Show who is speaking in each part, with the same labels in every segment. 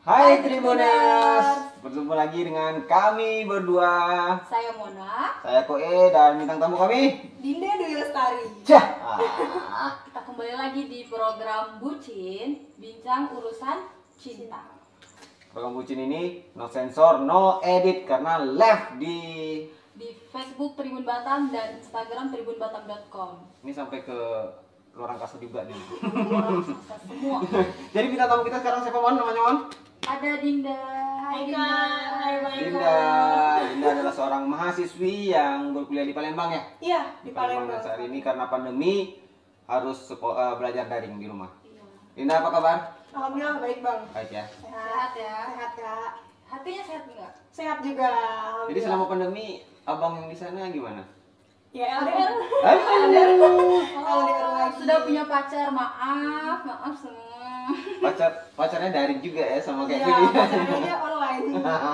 Speaker 1: Hai Tribuners, berjumpa lagi dengan kami berdua.
Speaker 2: Saya Mona,
Speaker 1: Saya Koe dan bintang tamu kami
Speaker 2: Dinda Dwi Lestari. Kita kembali lagi di program Bucin, bincang urusan cinta.
Speaker 1: Program Bucin ini no sensor, no edit karena live di
Speaker 2: Facebook Tribun Batam dan Instagram tribunbatam.com.
Speaker 1: Ini sampai ke luar angkasa juga nih.
Speaker 2: Semua.
Speaker 1: Jadi bintang tamu kita sekarang siapa, Mon? Namanya Mon?
Speaker 2: Ada Dinda. Hai Dinda.
Speaker 3: Hai
Speaker 1: Dinda adalah seorang mahasiswi yang berkuliah di Palembang ya?
Speaker 3: Iya, di Palembang.
Speaker 1: Dan saat ini karena pandemi harus belajar daring di rumah. Dinda apa kabar?
Speaker 3: Alhamdulillah baik bang.
Speaker 1: Baik ya.
Speaker 2: Sehat ya.
Speaker 3: Sehat kak.
Speaker 2: Hatinya sehat enggak?
Speaker 3: Sehat juga.
Speaker 1: Jadi selama pandemi abang yang di sana gimana?
Speaker 3: Ya LDR.
Speaker 2: Oh, sudah punya pacar, maaf semua.
Speaker 1: Pacarnya daring juga ya sama kayak
Speaker 3: Iya,
Speaker 1: gini.
Speaker 3: pacarnya aja online.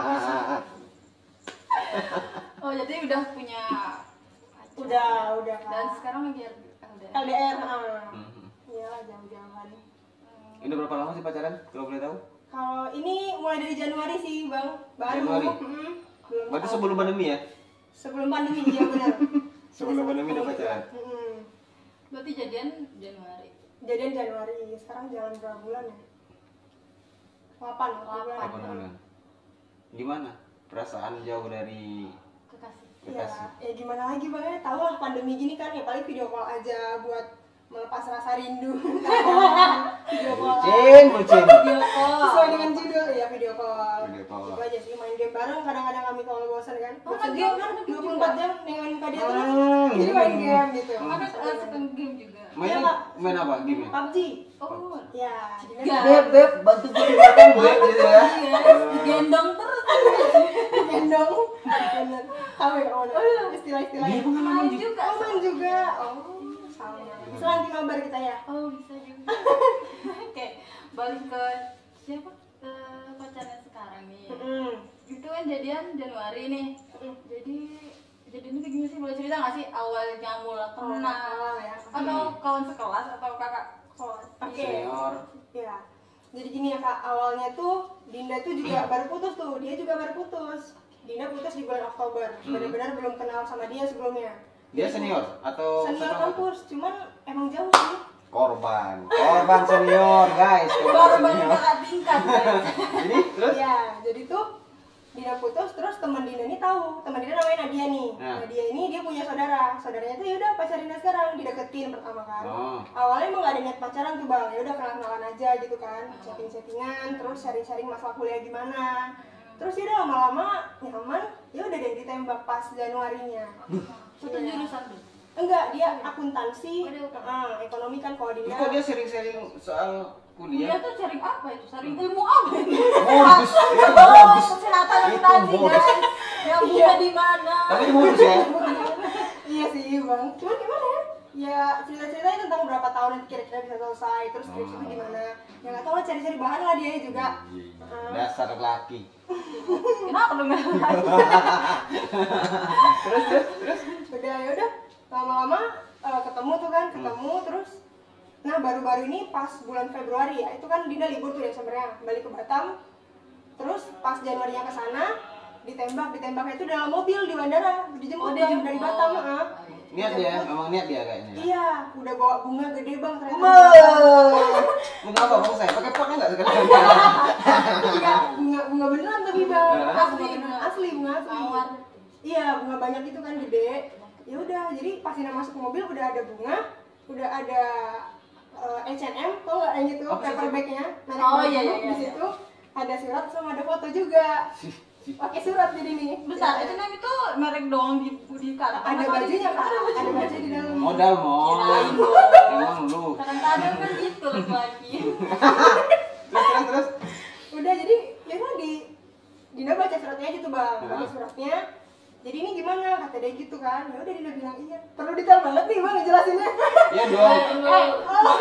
Speaker 2: Oh, jadi udah punya pacar.
Speaker 3: Udah.
Speaker 2: Dan sekarang lagi LDR.
Speaker 3: LDR.
Speaker 1: Mhm.
Speaker 3: Iya, jauh-jauhan.
Speaker 1: Ini berapa lama sih pacaran? Kalau boleh tahu?
Speaker 3: Kalau ini mulai dari Januari sih bang. Baru.
Speaker 1: Januari?
Speaker 3: Belum
Speaker 1: Berarti
Speaker 3: tahu.
Speaker 1: sebelum pandemi ya?
Speaker 3: Sebelum pandemi ya benar.
Speaker 1: Sebelum pandemi udah pacaran?
Speaker 2: Berarti jadian Januari.
Speaker 3: Jadian Januari. Sekarang jalan berapa bulan ya? 8 bulan.
Speaker 1: Apa bulan? Gimana? Perasaan jauh dari
Speaker 2: Kekasih.
Speaker 3: Ya,
Speaker 1: kekasih?
Speaker 3: ya gimana lagi bang ya, tau lah pandemi gini kan ya paling video call aja buat melepas rasa rindu. Video call
Speaker 1: Bucin.
Speaker 2: Video call.
Speaker 3: sesuai dengan judul ya, video call.
Speaker 1: Video call.
Speaker 3: Itu aja sih, main game bareng kadang-kadang kami kalau bosan kan.
Speaker 2: Oh,
Speaker 3: Bosan
Speaker 2: game
Speaker 3: kan
Speaker 2: kan
Speaker 3: 24 jam nengokin muka dia terus. Jadi
Speaker 1: Iya.
Speaker 3: main game gitu.
Speaker 2: Ada suka game juga.
Speaker 1: Main apa game-nya?
Speaker 3: PUBG.
Speaker 2: Oh.
Speaker 3: Ya,
Speaker 2: Ya.
Speaker 1: Beb, bantu gue di belakang beb gitu ya.
Speaker 2: Iya, digendong terus.
Speaker 3: gendong. Bener. Tahu ya kawan? Istilah-istilahnya.
Speaker 1: Dia pengalaman
Speaker 2: Main
Speaker 1: juga.
Speaker 2: juga.
Speaker 3: Oh, main juga. Oh, sama. Bisa nanti kabar kita ya.
Speaker 2: Oh, bisa juga. Oke, balik ke siapa? Ke pacarnya sekarang nih. Itu kan jadian Januari nih. Jadi jadinya kayak gimana sih? Boleh cerita nggak sih awalnya mula kenal
Speaker 3: ya.
Speaker 2: atau kawan sekelas atau kakak kelas?
Speaker 3: Oke.
Speaker 1: Senior.
Speaker 3: Ya, jadi gini ya kak, awalnya tuh Dinda tuh juga baru putus tuh, dia juga baru putus. Dinda putus di bulan Oktober, benar-benar belum kenal sama dia sebelumnya.
Speaker 1: Dia senior atau
Speaker 3: Senior
Speaker 1: sekarang?
Speaker 3: kampus, cuman emang jauh sih.
Speaker 1: Korban senior guys,
Speaker 2: Baru
Speaker 1: korban
Speaker 2: banyak
Speaker 1: senior.
Speaker 2: kakak tingkat guys.
Speaker 1: Jadi terus?
Speaker 3: Ya, jadi tuh Dinda putus, terus teman Dinda ini tahu, teman Dinda namanya Nadia nih.
Speaker 1: Nah.
Speaker 3: Nadia ini dia punya saudaranya tuh yaudah pacar Dinda sekarang, dideketin pertama kan.
Speaker 1: Oh.
Speaker 3: Awalnya emang gak ada niat pacaran tuh bang, ya udah kenalan aja gitu kan, chatting-chattingan, terus sharing-sharing masalah kuliah gimana. Terus ya udah lama-lama nyaman, ya udah deh ditembak pas Januarinya.
Speaker 2: Satu jurusan tuh.
Speaker 3: Enggak, dia akuntansi,
Speaker 2: Oh, dia akuntansi.
Speaker 3: ekonomi kan kalau
Speaker 1: Terus
Speaker 3: Dinda.
Speaker 1: kok dia sering-sering soal
Speaker 2: Kuliah
Speaker 1: kuliah?
Speaker 2: tuh sharing apa itu? Sharing ilmu apa?
Speaker 1: Modus, ya
Speaker 2: Oh,
Speaker 1: modus.
Speaker 2: kesehatan
Speaker 1: Itu
Speaker 2: akuntansi
Speaker 1: modus.
Speaker 2: guys. Yang buka di mana?
Speaker 1: Tapi itu modus ya?
Speaker 3: Iya sih bang, cuman gimana ya? Ya cerita-ceritanya tentang berapa tahun nanti kira-kira bisa selesai, terus skripsi itu gimana. Ya nggak tahu lah, cari-cari bahan lah dia juga.
Speaker 1: Dasar laki.
Speaker 2: Kenapa dong?
Speaker 1: Terus?
Speaker 3: Udah ya udah, lama-lama ketemu tuh kan, terus. Nah baru-baru ini pas bulan Februari ya, itu kan Dinda libur tuh ya sebenarnya, balik ke Batam. Terus pas Januarinya ke sana, ditembaknya itu dalam mobil di bandara, dijemput
Speaker 2: dia
Speaker 3: Bang, dari Batam.
Speaker 1: Niat dia, memang niat dia kayaknya. Ya?
Speaker 3: Iya, udah bawa bunga gede bang ternyata.
Speaker 1: Bunga apa bang saya? Pakai potnya nggak sekali?
Speaker 3: Iya, bunga beneran tapi bang.
Speaker 2: Asli,
Speaker 3: Bunga asli.
Speaker 2: Mawar.
Speaker 3: Iya, bunga banyak itu kan gede. Ya udah, jadi pas Dinda masuk ke mobil udah ada bunga, udah ada H&M, tau nggak yang gitu,
Speaker 1: Apa sih?
Speaker 3: paper bagnya.
Speaker 2: Oh, iya.
Speaker 3: Di situ ada surat sama ada foto juga. Pakai surat jadi nih.
Speaker 2: Besar, itu namanya itu merek doang di kata.
Speaker 3: Ada bajunya kak, ada baju di dalam.
Speaker 1: Modal
Speaker 2: Kirain
Speaker 1: mon.
Speaker 2: dong.
Speaker 1: Emang lu.
Speaker 2: Kadang-kadang kan gitu lagi.
Speaker 1: Terus.
Speaker 3: Udah jadi ya udah Dinda baca suratnya aja tuh bang, baca suratnya. Jadi ini gimana kata dia gitu kan? Ya udah Dinda bilang iya. Perlu detail banget nih bang ngejelasinnya.
Speaker 1: Iya dong.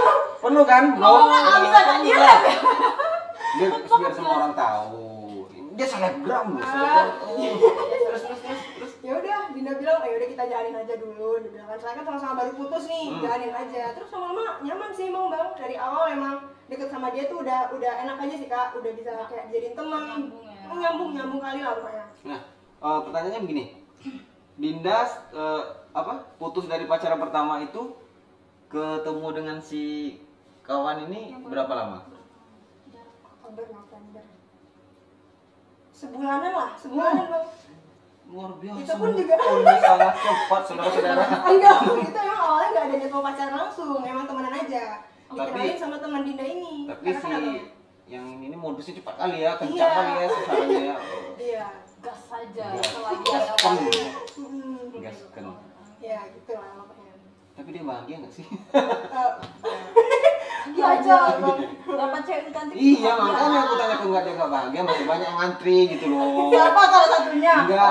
Speaker 1: Perlu kan?
Speaker 2: Ngomongnya nggak bisa nggak direm.
Speaker 1: Biar semua orang tahu. Dia selebgram loh. Terus.
Speaker 3: Ya udah, Dinda bilang, ya udah kita jalanin aja dulu. Dia bilang kan, saya kan sama-sama baru putus nih, jalanin aja. Terus lama-lama nyaman sih emang bang. Dari awal emang deket sama dia tuh udah enak aja sih kak. Udah bisa kayak jadiin teman. Nyambung kali lah pokoknya.
Speaker 1: Nah, pertanyaannya begini. Dinda putus dari pacaran pertama itu ketemu dengan si kawan ini berapa lama?
Speaker 3: November. Sebulanan bang.
Speaker 1: Luar biasa.
Speaker 3: Itu pun juga
Speaker 1: sangat cepat saudara-saudara.
Speaker 3: Enggak, itu emang awalnya nggak ada niat mau pacaran langsung, emang temenan aja. Dikenalin sama teman Dinda ini.
Speaker 1: Tapi si yang ini modusnya cepat kali ya, kencang kali ya susahnya ya.
Speaker 3: Iya.
Speaker 2: Gas saja
Speaker 1: Gas.
Speaker 2: selagi ada
Speaker 1: Gaskan.
Speaker 2: waktu.
Speaker 1: Gaskan.
Speaker 3: Ya gitu lah makanya.
Speaker 1: Tapi dia bahagia nggak sih?
Speaker 2: Iya aja bang, dapat cewek cantik.
Speaker 1: Iya, makanya aku tanya kok dia nggak bahagia, masih banyak yang ngantri gitu loh.
Speaker 2: Siapa salah satunya?
Speaker 1: Enggak.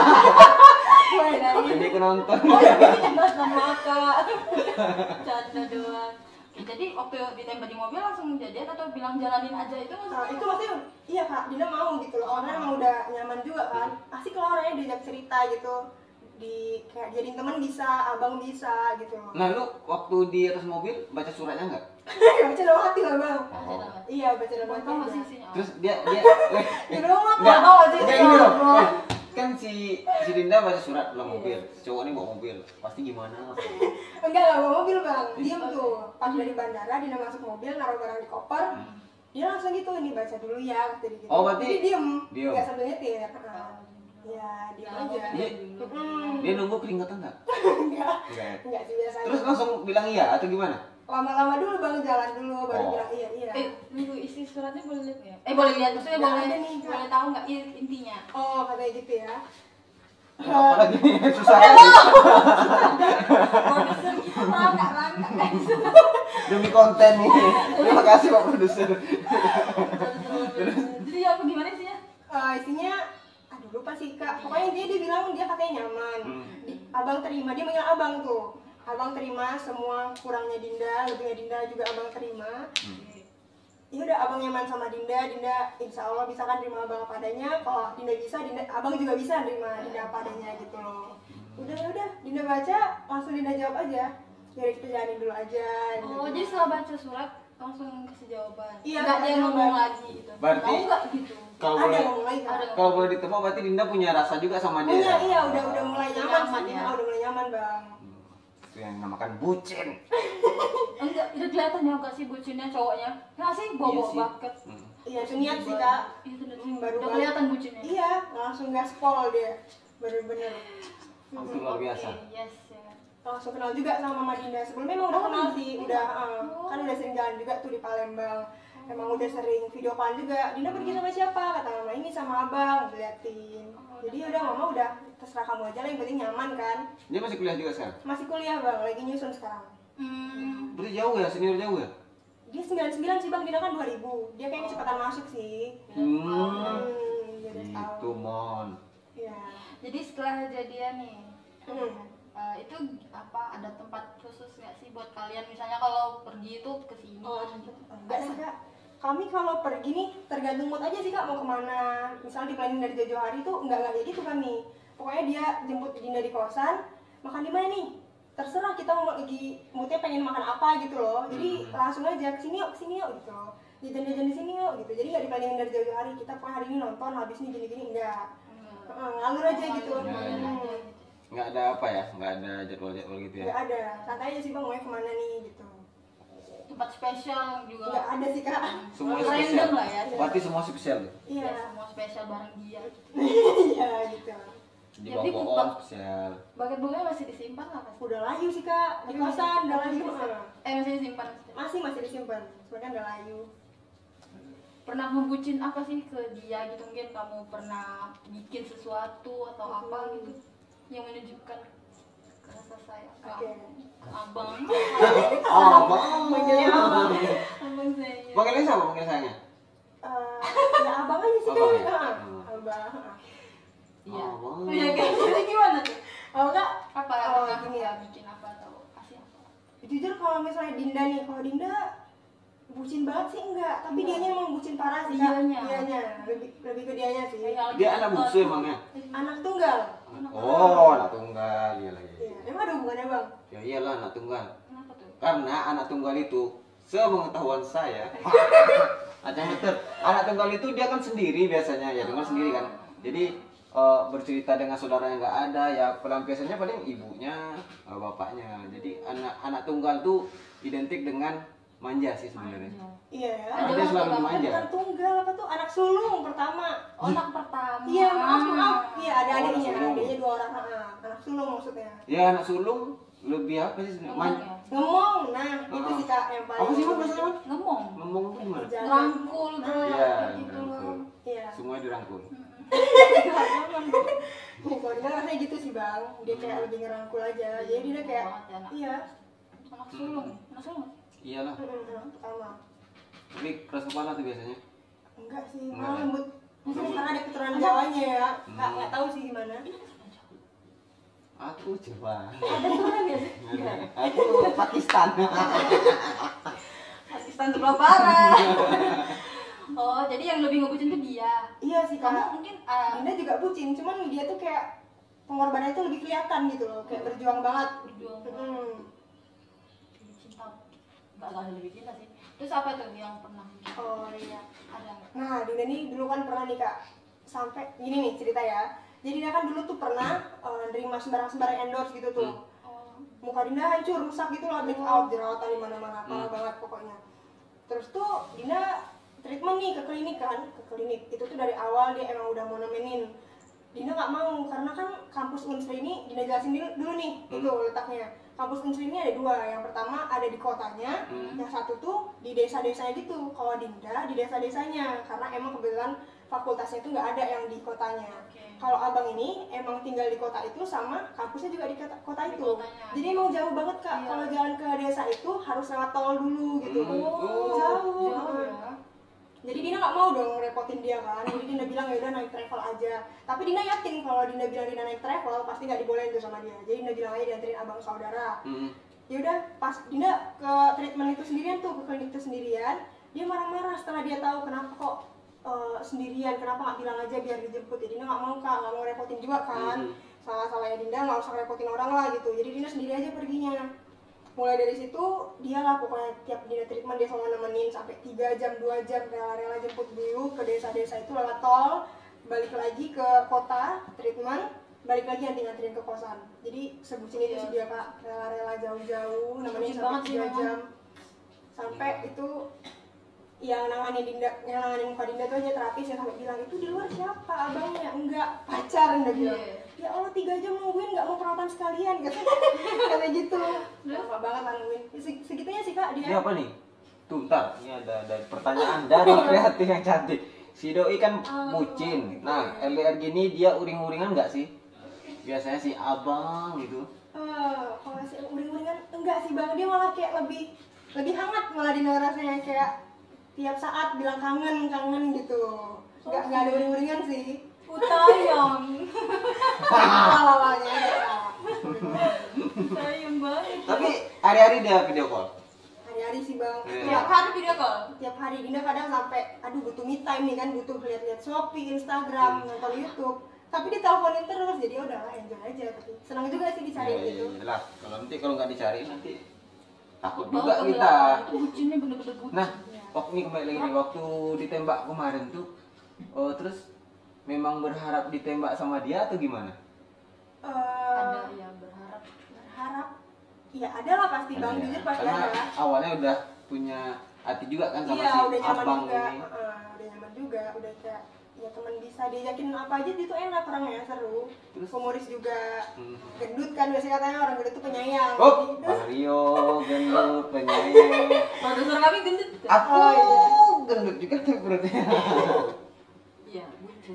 Speaker 2: Ini
Speaker 1: Jadi aku nonton.
Speaker 2: jelas nama kak. Canda doang. Jadi waktu ditembak di mobil langsung jadian atau bilang jalanin aja itu maksudnya?
Speaker 3: Itu maksudnya iya kak, Dinda mau gitu loh. Orangnya emang udah nyaman juga kan. Asik lah orangnya diajak cerita gitu. Kayak jadiin temen bisa, abang bisa gitu loh.
Speaker 1: Nah, lu waktu di atas mobil baca suratnya nggak?
Speaker 3: Baca dalam hati lah bang. Iya baca dalam hati.
Speaker 2: Tahu nggak sih
Speaker 3: aja.
Speaker 2: isinya?
Speaker 1: Terus dia
Speaker 3: Di rumah
Speaker 1: Nggak,
Speaker 3: tahu aja.
Speaker 1: nggak ini loh. Kan si Dinda baca surat dalam mobil, si cowok ini bawa mobil, pasti gimana?
Speaker 3: Enggak lah bawa mobil bang, diem tuh. Pas dari bandara Dinda masuk mobil, naruh barang di koper. Dia langsung gitu, ini baca dulu ya kata dia gitu.
Speaker 1: Oh, berarti
Speaker 3: Jadi diem. Nggak sambil nyetir. Ya diem aja.
Speaker 1: Dia nunggu keringetan nggak?
Speaker 3: Enggak sih biasa.
Speaker 1: Terus langsung bilang iya atau gimana?
Speaker 3: Lama-lama dulu bang, jalan dulu baru bilang iya.
Speaker 2: Nunggu isi suratnya boleh lihat ya? Boleh lihat maksudnya
Speaker 3: Nggak
Speaker 2: boleh
Speaker 3: ada nih, Kak.
Speaker 2: boleh tahu nggak intinya?
Speaker 3: Oh katanya gitu ya.
Speaker 1: Apalagi susah kan?
Speaker 2: Produser kita rangkak guys.
Speaker 1: Demi konten nih. Terima kasih Pak Produser.
Speaker 2: Jadi apa gimana sih ya?
Speaker 3: Isinya aduh lupa sih kak, pokoknya dia bilang dia katanya nyaman. Abang terima, dia manggil abang tuh. Abang terima semua kurangnya Dinda, lebihnya Dinda juga abang terima. Ya udah abang nyaman sama Dinda insya Allah bisa kan terima abang apa adanya. Kalau Dinda bisa, abang juga bisa terima Dinda apa adanya gitu loh. Udah Dinda baca, langsung Dinda jawab aja. Jadi kita jalanin dulu aja.
Speaker 2: Oh, jadi setelah baca surat langsung kasih jawaban.
Speaker 3: Iya,
Speaker 2: Nggak dia
Speaker 3: kasih
Speaker 2: ngomong
Speaker 3: jawaban.
Speaker 2: lagi gitu.
Speaker 1: Berarti-
Speaker 2: Mau nggak gitu?
Speaker 1: Kalau
Speaker 3: ada
Speaker 1: boleh
Speaker 3: ngomong lagi kan?
Speaker 2: Ada.
Speaker 1: kalau boleh ditebak berarti Dinda punya rasa juga sama dia.
Speaker 3: Punya, iya udah mulai nyaman
Speaker 2: Nyaman
Speaker 3: sih.
Speaker 2: ya?
Speaker 3: Udah mulai nyaman bang.
Speaker 1: Itu yang namakan bucin.
Speaker 2: Enggak, udah kelihatan ya nggak sih bucinnya cowoknya? Nggak sih,
Speaker 1: Iya
Speaker 2: bawa
Speaker 1: sih.
Speaker 2: bucket.
Speaker 3: Iya itu niat sih kak.
Speaker 2: Itu
Speaker 3: Baru
Speaker 2: udah kelihatan bucinnya.
Speaker 3: Iya, langsung gaspol dia. Bener-bener.
Speaker 1: Itu luar biasa.
Speaker 2: Oke, yes ya.
Speaker 3: Langsung kenal juga sama Mama Dinda. Sebelumnya emang udah kenal sih, udah kan udah sering jalan juga tuh di Palembang. Emang udah sering video call juga. Dinda pergi sama siapa? Kata Mama ini sama abang, diliatin. Jadi udah Mama udah terserah kamu aja lah, yang penting nyaman kan.
Speaker 1: Dia masih kuliah juga sekarang?
Speaker 3: Masih kuliah bang, lagi nyusun sekarang.
Speaker 1: Berarti jauh ya, senior jauh ya?
Speaker 3: Dia 99 sih bang, Dinda kan 2000. Dia kayaknya cepatan masuk sih. Beda
Speaker 1: Itu
Speaker 3: setahun.
Speaker 1: mon.
Speaker 3: Iya.
Speaker 2: Jadi setelah jadian nih,
Speaker 3: Hmm.
Speaker 2: itu apa ada tempat khusus nggak sih buat kalian misalnya kalau pergi itu ke sini?
Speaker 3: Enggak sih kak, kami kalau pergi nih tergantung mood aja sih kak mau kemana. Misalnya di planning dari jauh-jauh hari tuh enggak kayak gitu kami. Pokoknya dia jemput Dinda di kosan, makan di mana nih? Terserah kita mau lagi moodnya pengen makan apa gitu loh. Jadi langsung aja kesini yuk gitu loh. Jajan-jajan di sini yuk gitu. Jadi nggak di planning dari jauh-jauh hari. Kita pokoknya hari ini nonton, habis ini gini-gini enggak. Ngalur aja gitu.
Speaker 1: Nggak ada apa ya? Nggak ada jadwal-jadwal gitu ya?
Speaker 3: Nggak ada. Santai aja sih bang, mau kemana nih gitu.
Speaker 2: Tempat spesial juga.
Speaker 3: Nggak ada sih kak.
Speaker 1: Semua
Speaker 2: Random
Speaker 1: spesial.
Speaker 2: lah ya.
Speaker 1: Berarti semua spesial tuh?
Speaker 3: Iya.
Speaker 2: Semua spesial bareng dia.
Speaker 3: Iya gitu.
Speaker 1: Di
Speaker 2: Jadi
Speaker 1: bawah spesial.
Speaker 2: Bucket bunganya masih disimpan lah pasti.
Speaker 3: Udah layu sih kak, di kosan udah layu.
Speaker 2: Masih disimpan.
Speaker 3: Masih disimpan, sebenarnya udah layu.
Speaker 2: Pernah ngebucin apa sih ke dia gitu, mungkin kamu pernah bikin sesuatu atau apa gitu yang menunjukkan rasa sayang ke
Speaker 3: Oke.
Speaker 2: ke abang.
Speaker 1: Abang.
Speaker 3: Manggilnya abang.
Speaker 2: Abang saya.
Speaker 1: Panggilnya siapa panggil sayangnya?
Speaker 3: Ya abang aja sih
Speaker 1: Abang
Speaker 3: kan.
Speaker 1: ya?
Speaker 3: Abang.
Speaker 2: Iya.
Speaker 1: Abang.
Speaker 2: Iya kayak gitu gimana tuh?
Speaker 3: Oh kak,
Speaker 2: Apa
Speaker 3: Oh,
Speaker 2: pernah
Speaker 3: gini ya.
Speaker 2: bikin apa atau kasih apa?
Speaker 3: jujur kalau misalnya Dinda nih, kalau Dinda bucin banget sih enggak, tapi dianya emang bucin parah sih. Dianya lebih ke dianya sih.
Speaker 1: Dia anak bungsu emangnya?
Speaker 3: Anak tunggal.
Speaker 1: Oh, anak tunggal, iya lagi.
Speaker 3: Iya, emang ada hubungannya bang?
Speaker 1: Ya iyalah anak tunggal.
Speaker 2: Kenapa tuh?
Speaker 1: Karena anak tunggal itu, sepengetahuan saya, anak tunggal itu dia kan sendiri biasanya, ya dengan sendiri kan. Jadi bercerita dengan saudara yang nggak ada, ya pelampiasannya paling ibunya, bapaknya. Jadi anak tunggal tuh identik dengan manja sih sebenarnya.
Speaker 3: Iya ya.
Speaker 1: Karena dia selalu manja.
Speaker 3: Bukan tunggal apa tuh, anak sulung pertama.
Speaker 2: Oh, anak pertama.
Speaker 3: Iya, maaf. Iya, ada
Speaker 1: Oh,
Speaker 3: adiknya,
Speaker 1: anak sulung.
Speaker 3: adiknya 2 orang. Anak sulung maksudnya.
Speaker 1: Ya anak sulung lebih apa sih sebenarnya?
Speaker 2: Ngomong ya?
Speaker 3: Ngomong, nah itu sih kak yang paling.
Speaker 1: Apa sih Mas bahasanya Mas?
Speaker 2: Ngomong.
Speaker 1: Ngomong tuh gimana?
Speaker 3: Jangan.
Speaker 2: Rangkul bro.
Speaker 1: Iya,
Speaker 2: Gitu loh.
Speaker 1: dirangkul.
Speaker 3: Iya.
Speaker 1: Semuanya dirangkul.
Speaker 3: Kalau dia rasanya gitu sih bang, dia kayak lebih ngerangkul aja. Jadi dia kayak,
Speaker 2: Banget ya, anak.
Speaker 3: iya.
Speaker 2: Anak sulung. Anak sulung.
Speaker 1: Iyalah.
Speaker 3: Anak pertama.
Speaker 1: Tapi keras kepala tuh biasanya.
Speaker 3: Enggak sih,
Speaker 1: Enggak.
Speaker 3: malah lembut.
Speaker 1: Lembut.
Speaker 3: Karena ada keturunan Jawanya ya. Nggak tahu sih gimana.
Speaker 1: Aku coba.
Speaker 2: Ada turunan ya sih?
Speaker 1: Aku Pakistan.
Speaker 2: Pakistan sebelah barat. Oh, jadi yang lebih ngebucin tuh dia.
Speaker 3: Iya sih
Speaker 2: Kamu
Speaker 3: kak.
Speaker 2: mungkin
Speaker 3: Dinda juga bucin, cuman dia tuh kayak pengorbanannya tuh lebih kelihatan gitu loh, kayak berjuang banget.
Speaker 2: berjuang lebih cinta. Enggak ada lebih cinta sih. Terus apa tuh yang pernah?
Speaker 3: Oh iya.
Speaker 2: Ada nggak?
Speaker 3: Nah, Dinda nih dulu kan pernah nih kak, sampai gini nih cerita ya. Jadi Dinda kan dulu tuh pernah nerima sembarang-sembarang endorse gitu tuh.
Speaker 2: Oh.
Speaker 3: Muka Dinda hancur, rusak gitu lah, break out, jerawatan di mana-mana, parah banget pokoknya. Terus tuh Dinda treatment nih ke klinik kan, ke klinik. Itu tuh dari awal dia emang udah mau nemenin. Dinda nggak mau karena kan kampus Unsri ini, Dinda jelasin dulu nih, itu letaknya. Kampus Unsri ini ada 2, yang pertama ada di kotanya, yang satu tuh di desa-desanya gitu. Kalau Dinda di desa-desanya, karena emang kebetulan fakultasnya itu nggak ada yang di kotanya. Kalau abang ini emang tinggal di kota itu sama kampusnya juga di kota
Speaker 2: Di
Speaker 3: itu.
Speaker 2: kotanya.
Speaker 3: Jadi emang jauh banget kak.
Speaker 2: Iya.
Speaker 3: Kalau jalan ke desa itu harus lewat tol dulu gitu. Jauh.
Speaker 2: Jauh ya.
Speaker 3: Jadi Dina nggak mau dong ngerepotin dia kan. Jadi Dina bilang ya udah naik travel aja. Tapi Dina yakin kalau Dina bilang Dina naik travel pasti nggak dibolehin tuh sama dia. Jadi Dina bilang aja dianterin abang saudara. Ya udah pas Dina ke treatment itu sendirian tuh, ke klinik itu sendirian, dia marah-marah setelah dia tahu kenapa kok sendirian, kenapa nggak bilang aja biar dijemput. Jadi Dina nggak mau kak, nggak mau repotin juga kan. Salah-salahnya Dinda nggak usah repotin orang lah gitu. Jadi Dina sendiri aja perginya. Mulai dari situ dia lah pokoknya tiap Dinda treatment dia selalu nemenin sampai 3 jam 2 jam rela-rela jemput dulu ke desa-desa itu lewat tol, balik lagi ke kota treatment, balik lagi nganterin ke kosan. Jadi sebutin itu sih dia kak, rela-rela jauh-jauh nemenin
Speaker 2: Sebutin
Speaker 3: sampai
Speaker 2: banget sih
Speaker 3: 3
Speaker 2: memang.
Speaker 3: jam sampai itu yang nanganin Dinda, yang nanganin muka Dinda tuh aja terapis yang sampai bilang itu di luar siapa abangnya, enggak pacar Dinda bilang. Ya Allah 3 jam nungguin nggak mau perawatan sekalian kata gitu. Lama banget lah nungguin. Segitunya sih kak
Speaker 1: Ini
Speaker 3: dia.
Speaker 1: apa nih? Tuh, ntar. Ini ada pertanyaan dari kreatif yang cantik. Si Doi kan bucin. Nah, LDR gini dia uring-uringan nggak sih? Biasanya si abang gitu.
Speaker 3: Kalau si uring-uringan enggak sih bang, dia malah kayak lebih hangat malah Dinda rasanya, kayak tiap saat bilang kangen gitu. Nggak ada uring-uringan sih.
Speaker 2: Utayang.
Speaker 3: Lalanya
Speaker 2: Utayang banget.
Speaker 1: Tapi hari-hari dia video call.
Speaker 3: hari-hari sih bang.
Speaker 2: Tiap hari video call.
Speaker 3: Tiap hari Dinda kadang sampai aduh butuh me time nih kan, butuh lihat-lihat Shopee, Instagram, nonton YouTube. Tapi diteleponin terus, jadi udahlah enjoy aja. Tapi senang juga sih dicariin gitu.
Speaker 1: Lah, kalau nggak dicari nanti takut
Speaker 2: Banget
Speaker 1: juga
Speaker 2: kali
Speaker 1: kita.
Speaker 2: ya. Itu bucinnya bener-bener bucin.
Speaker 1: Nah, waktu ini kembali lagi nih, waktu ditembak kemarin tuh, terus memang berharap ditembak sama dia atau gimana?
Speaker 2: Ada yang berharap.
Speaker 3: Berharap ya ada lah pasti bang,
Speaker 1: Ada ya.
Speaker 3: jujur pasti
Speaker 1: Karena
Speaker 3: ada.
Speaker 1: awalnya udah punya hati juga kan sama
Speaker 3: Iya
Speaker 1: si
Speaker 3: udah nyaman
Speaker 1: abang
Speaker 3: juga.
Speaker 1: ini.
Speaker 3: Udah nyaman juga, udah kayak ya teman bisa diajakin apa aja dia tuh enak orangnya, seru.
Speaker 1: Terus?
Speaker 3: Humoris juga. Gendut kan biasanya katanya orang gendut tuh penyayang.
Speaker 1: Oh,
Speaker 3: Gitu.
Speaker 1: Bang Rio gendut penyayang.
Speaker 2: Produser kami gendut.
Speaker 1: Aku
Speaker 3: Oh, iya.
Speaker 1: gendut juga tuh perutnya.
Speaker 2: Iya, bucin.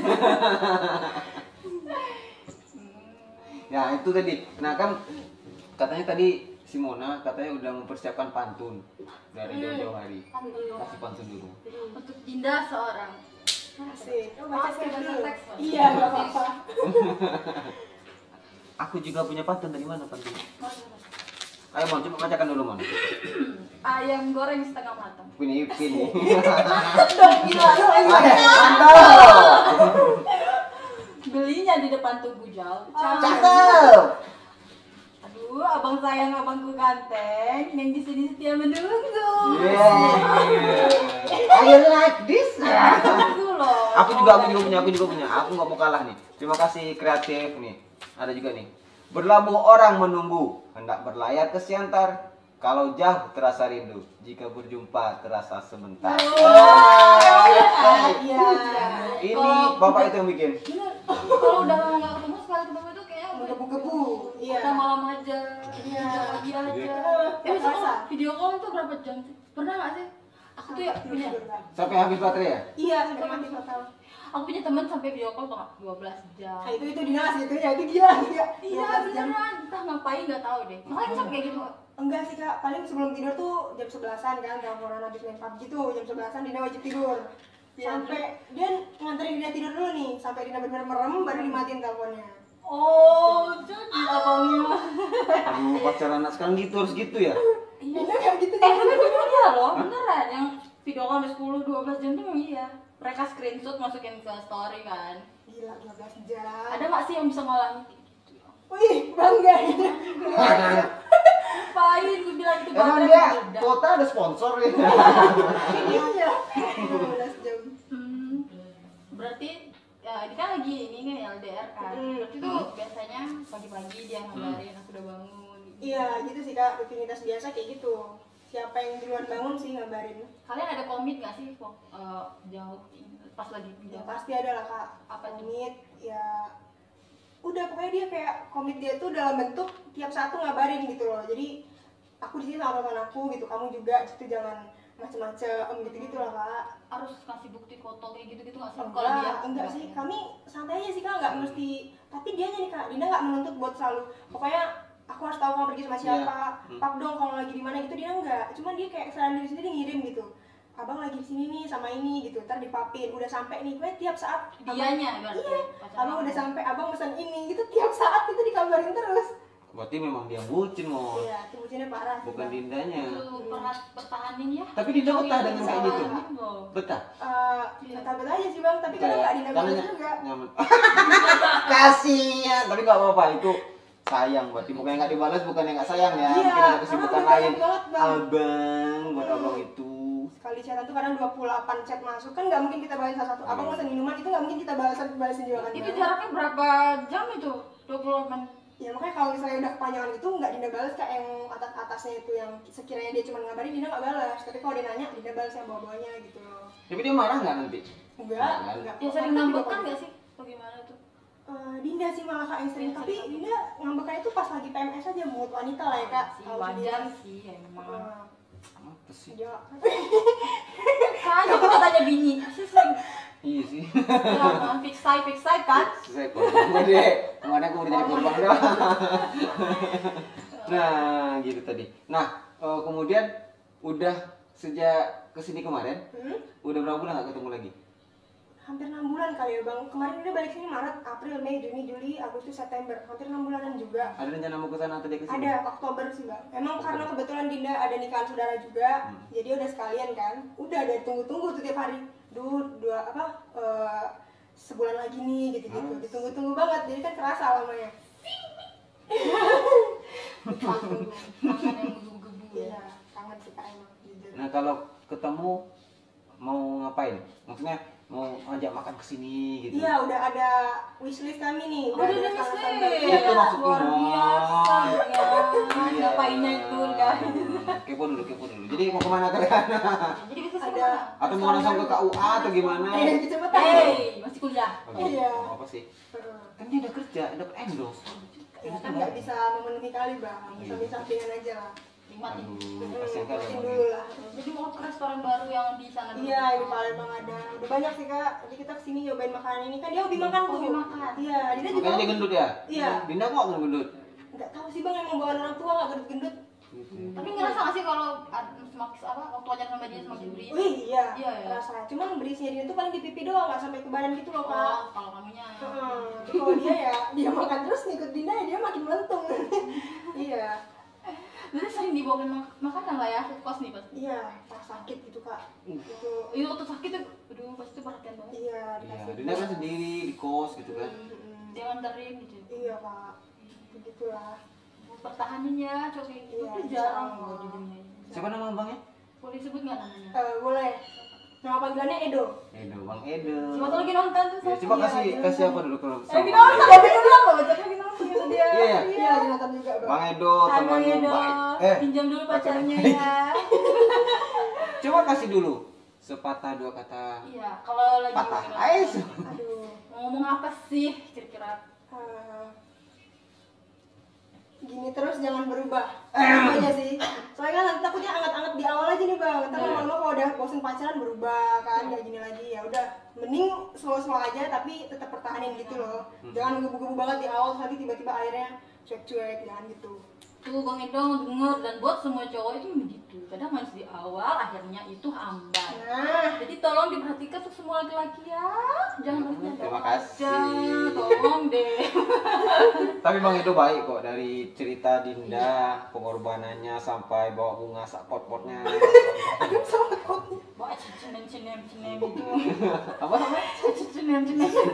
Speaker 1: Ya itu tadi. Nah kan katanya tadi Simona katanya udah mempersiapkan pantun dari jauh-jauh hari. Kasih pantun dulu.
Speaker 2: Untuk Dinda seorang.
Speaker 3: Asik. Oh, baca
Speaker 2: Asik,
Speaker 3: skrip
Speaker 2: baca
Speaker 3: dulu.
Speaker 2: teks.
Speaker 3: Iya, enggak apa-apa.
Speaker 1: Aku juga punya pantun, dari mana pantun? Ayo Mon, coba bacakan dulu Mon.
Speaker 2: Ayam goreng setengah matang.
Speaker 1: Ini.
Speaker 2: Dong gila.
Speaker 1: Mantap.
Speaker 2: Belinya di depan Tugu Jauh.
Speaker 1: Cakep.
Speaker 2: Aduh, abang sayang abangku ganteng yang di sini setia menunggu.
Speaker 1: I like this.
Speaker 2: Tunggu loh.
Speaker 1: Aku juga punya. Aku nggak mau kalah nih. Terima kasih kreatif nih. Ada juga nih. Berlabuh orang menunggu, hendak berlayar ke Siantar. Kalau jauh terasa rindu, jika berjumpa terasa sebentar.
Speaker 3: Iya.
Speaker 1: Ini bapak itu yang bikin.
Speaker 2: Bener. Kalau udah lama nggak ketemu, sekali ketemu itu kayak
Speaker 3: Menggebu-gebu. Iya.
Speaker 2: udah malam aja,
Speaker 3: Iya.
Speaker 2: pagi aja.
Speaker 3: Terasa.
Speaker 2: Misalnya video call itu berapa jam sih? Pernah nggak sih? Aku tuh ya punya,
Speaker 1: Sampai habis baterai ya?
Speaker 3: Iya, sampai mati total.
Speaker 2: aku punya teman sampai video call tuh 12 jam.
Speaker 3: Nah, itu dinas itu ya, itu gila.
Speaker 2: Iya beneran, entah ngapain nggak tahu deh. Makanya sampai kayak gitu.
Speaker 3: Enggak sih kak, paling sebelum tidur tuh jam 11-an kan, teleponan habis main PUBG tuh jam 11-an Dina wajib tidur. Sampai dia nganterin Dina tidur dulu nih, sampai Dina benar-benar merem baru dimatiin teleponnya.
Speaker 2: Oh, jadi abangnya.
Speaker 1: Aduh, pacaran anak sekarang gitu harus gitu ya?
Speaker 3: Dina kayak gitu.
Speaker 2: Tapi beneran iya loh, beneran yang video call sampai 10-12 jam tuh memang iya. Mereka screenshot masukin ke story kan.
Speaker 3: Gila, 12 jam.
Speaker 2: Ada nggak sih yang bisa ngalahin gitu?
Speaker 3: Wih, bangga.
Speaker 2: Ngapain gue bilang itu
Speaker 1: Emang
Speaker 2: baterai
Speaker 1: dia
Speaker 2: beda.
Speaker 1: kota ada sponsor ya?
Speaker 3: Iya. 12 jam.
Speaker 2: Berarti ya ini kan lagi ini kan LDR kan. Berarti tuh biasanya pagi-pagi dia ngabarin aku udah bangun.
Speaker 3: Iya, gitu sih kak, rutinitas biasa kayak gitu. Siapa yang duluan bangun sih ngabarin.
Speaker 2: Kalian ada komit nggak sih kok jauh pas lagi
Speaker 3: Ya
Speaker 2: jauh?
Speaker 3: pasti ada lah kak.
Speaker 2: Apa tuh?
Speaker 3: Komit, ya udah pokoknya dia kayak komit dia tuh dalam bentuk tiap satu ngabarin gitu loh. Jadi aku di sini sama teman aku gitu, kamu juga gitu, jangan macem-macem gitu-gitu lah kak.
Speaker 2: Harus kasih bukti foto kayak gitu-gitu nggak sih? Kalau dia
Speaker 3: Enggak sih, kami santai aja sih kak, nggak mesti. Tapi dia nih kak, Dinda nggak menuntut buat selalu. Pokoknya aku harus tahu kamu pergi sama siapa, pap dong kalau lagi di mana gitu, dia enggak. Cuman dia kayak sendiri sendiri ngirim gitu. Abang lagi di sini nih sama ini gitu, ntar dipapin, udah sampai nih, gue tiap saat
Speaker 2: dianya berarti.
Speaker 3: iya,
Speaker 2: pacaran.
Speaker 3: abang udah sampai, abang pesan ini gitu, tiap saat itu dikabarin terus.
Speaker 1: Berarti memang dia bucin Mon.
Speaker 3: Iya, bucinnya parah.
Speaker 1: Bukan
Speaker 3: sih, Bang.
Speaker 1: Dindanya.
Speaker 2: Lu pertahanin ya.
Speaker 1: Tapi Dinda betah dengan kayak gitu?
Speaker 2: loh.
Speaker 1: Betah?
Speaker 3: Betah-betah aja sih bang, tapi kadang nggak Dinda
Speaker 1: Karena
Speaker 3: balas juga.
Speaker 1: nyaman. Kasihan, tapi nggak apa-apa itu sayang berarti bukan yang nggak dibalas, bukan yang nggak sayang ya.
Speaker 3: Iya,
Speaker 1: Mungkin ada kesibukan
Speaker 3: karena
Speaker 1: lain.
Speaker 3: banyak banget, Bang.
Speaker 1: Abang buat abang itu.
Speaker 3: Sekali chatan tuh kadang 28 chat masuk, kan nggak mungkin kita balas satu. Abang pesan minuman itu nggak mungkin kita balasin juga kan.
Speaker 2: Itu
Speaker 3: Bang?
Speaker 2: jaraknya berapa jam itu? 28.
Speaker 3: Ya makanya kalau misalnya udah kepanjangan gitu nggak Dinda balas, kak yang atasnya itu yang sekiranya dia cuma ngabarin Dinda nggak balas. Tapi kalau dia nanya Dinda balas yang bawah-bawahnya gitu loh.
Speaker 1: Tapi dia marah nggak nanti?
Speaker 3: Enggak,
Speaker 1: Nggak.
Speaker 3: enggak.
Speaker 2: Ya sering ngambek kan nggak sih? Bagaimana tuh?
Speaker 3: Dinda sih malah kak yang sering, tapi Dinda ngambekannya itu pas lagi PMS aja mood wanita lah ya kak.
Speaker 2: Si
Speaker 3: Tahu
Speaker 2: wajar
Speaker 3: sendiri.
Speaker 2: sih emang.
Speaker 1: Apa sih?
Speaker 3: Dia
Speaker 2: Kan kita tanya bini, sih sering.
Speaker 1: Iya sih.
Speaker 2: Ya, fix side kan?
Speaker 1: Saya korban deh. Kemana aku udah jadi korban dah. Nah, gitu tadi. Nah, kemudian udah sejak kesini kemarin, udah berapa bulan nggak ketemu lagi?
Speaker 3: hampir 6 bulan kali ya bang. Kemarin dia balik sini Maret, April, Mei, Juni, Juli, Agustus, September. Hampir 6 bulanan juga.
Speaker 1: Ada rencana mau ke sana atau dia ke sini?
Speaker 3: Ada Oktober sih bang. Emang karena kebetulan Dinda ada nikahan saudara juga, jadi udah sekalian kan. Udah dari tunggu-tunggu tuh tiap hari. Sebulan lagi nih gitu-gitu. Ditunggu-tunggu banget. Jadi kan kerasa lamanya.
Speaker 2: Kangen yang gebu-gebu ya.
Speaker 3: Iya, kangen sih kak emang. Jujur.
Speaker 1: Nah, kalau ketemu mau ngapain? Maksudnya mau ajak makan ke sini gitu.
Speaker 3: Iya, udah ada wishlist kami nih.
Speaker 2: Udah ada
Speaker 3: salah
Speaker 2: wishlist.
Speaker 3: satu-
Speaker 1: Itu maksudku,
Speaker 2: Luar biasa ya.
Speaker 1: Iya.
Speaker 2: Ngapainnya itu kan?
Speaker 1: Kepo dulu. Jadi mau kemana kalian?
Speaker 2: Jadi bisa
Speaker 3: Ada
Speaker 1: Atau mau langsung ke KUA atau gimana?
Speaker 3: Kecepatan.
Speaker 2: masih kuliah.
Speaker 3: Iya.
Speaker 1: Apa sih? Kan dia udah kerja, dapat endorse.
Speaker 3: Ya kan nggak bisa memenuhi kali bang. Samping-sampingan aja lah.
Speaker 2: Nikmatin.
Speaker 1: Aduh, kasihan kali
Speaker 3: Nikmatin
Speaker 1: emang
Speaker 3: dulu
Speaker 1: dia.
Speaker 3: lah.
Speaker 2: Jadi mau ke restoran baru yang di sana dulu.
Speaker 3: Iya, di Palembang ada. Udah banyak sih kak. Jadi kita kesini nyobain makanan ini. Kan dia hobi makan tuh.
Speaker 2: Hobi makan.
Speaker 3: Iya, dia juga.
Speaker 1: Makanya dia gendut ya?
Speaker 3: Iya.
Speaker 1: Dinda kok nggak gendut?
Speaker 3: Nggak tahu sih bang, emang bawaan orang tua nggak gendut-gendut.
Speaker 2: Tapi ngerasa nggak sih kalau semakin apa waktu aja sama dia semakin berisi?
Speaker 3: Wih iya.
Speaker 2: Iya, ya.
Speaker 3: Terasa. Cuman berisinya dia tuh paling di pipi doang, nggak sampai ke badan gitu loh kak.
Speaker 2: Oh, kalau kamunya.
Speaker 3: Kalau dia ya, dia makan terus ngikut Dinda ya dia makin melentung. Iya.
Speaker 2: Jadi sering dibawain makanan lah ya, kos nih pasti.
Speaker 3: Iya, pas sakit gitu kak.
Speaker 2: Itu waktu sakit tuh, aduh pasti perhatian banget.
Speaker 3: Iya,
Speaker 1: Iya,
Speaker 3: dikasih.
Speaker 1: Dinda kan sendiri di kos gitu kan.
Speaker 2: Dia nganterin gitu.
Speaker 3: Iya kak, begitulah.
Speaker 2: Pertahanin ya, cowok kayak gitu
Speaker 3: Iya,
Speaker 2: tuh
Speaker 3: insya
Speaker 2: jarang
Speaker 3: Allah.
Speaker 2: loh di dunia ini.
Speaker 1: Siapa nama abangnya?
Speaker 2: Boleh sebut nggak namanya?
Speaker 3: Boleh. Nama panggilannya Edo.
Speaker 1: Edo, Bang Edo.
Speaker 2: Siapa tuh lagi nonton tuh?
Speaker 1: Ya, coba kasih apa dulu kalau
Speaker 2: Lagi nonton, lagi nonton loh, lagi nonton gitu dia.
Speaker 1: Iya.
Speaker 3: Iya, lagi nonton juga bang.
Speaker 1: Bang Edo,
Speaker 2: Hai Bang
Speaker 1: temanmu
Speaker 2: Edo,
Speaker 1: baik.
Speaker 2: pinjam dulu pacarnya
Speaker 1: pacarnya.
Speaker 2: ya.
Speaker 1: Coba kasih dulu sepatah dua kata.
Speaker 2: Iya, kalau lagi
Speaker 1: Patah.
Speaker 2: ngomongin
Speaker 1: Ayo.
Speaker 3: Aduh.
Speaker 2: mau ngomong apa sih kira-kira?
Speaker 3: eh, Gini terus jangan berubah. Itu aja sih. Soalnya kan nanti takutnya anget-anget di awal aja nih bang. Ntar lama-lama kalau udah bosen pacaran berubah kan, kayak gini lagi. Ya udah, mending slow-slow aja tapi tetap pertahanin gitu loh. Jangan ngebu-gebu banget di awal, nanti tiba-tiba akhirnya cuek-cuek, jangan gitu.
Speaker 2: Tuh Bang Edo denger, dan buat semua cowok itu begitu. Kadang manis di awal, akhirnya itu hambar.
Speaker 3: Nah,
Speaker 2: Jadi tolong diperhatikan tuh semua laki-laki ya. Jangan hanya
Speaker 1: Terima
Speaker 2: doang
Speaker 1: kasih.
Speaker 2: aja, tolong deh.
Speaker 1: Tapi Bang Edo baik kok, dari cerita Dinda, pengorbanannya sampai bawa bunga sak pot-potnya.
Speaker 2: Bawa cenem itu.
Speaker 1: Apa namanya?
Speaker 2: Cenem.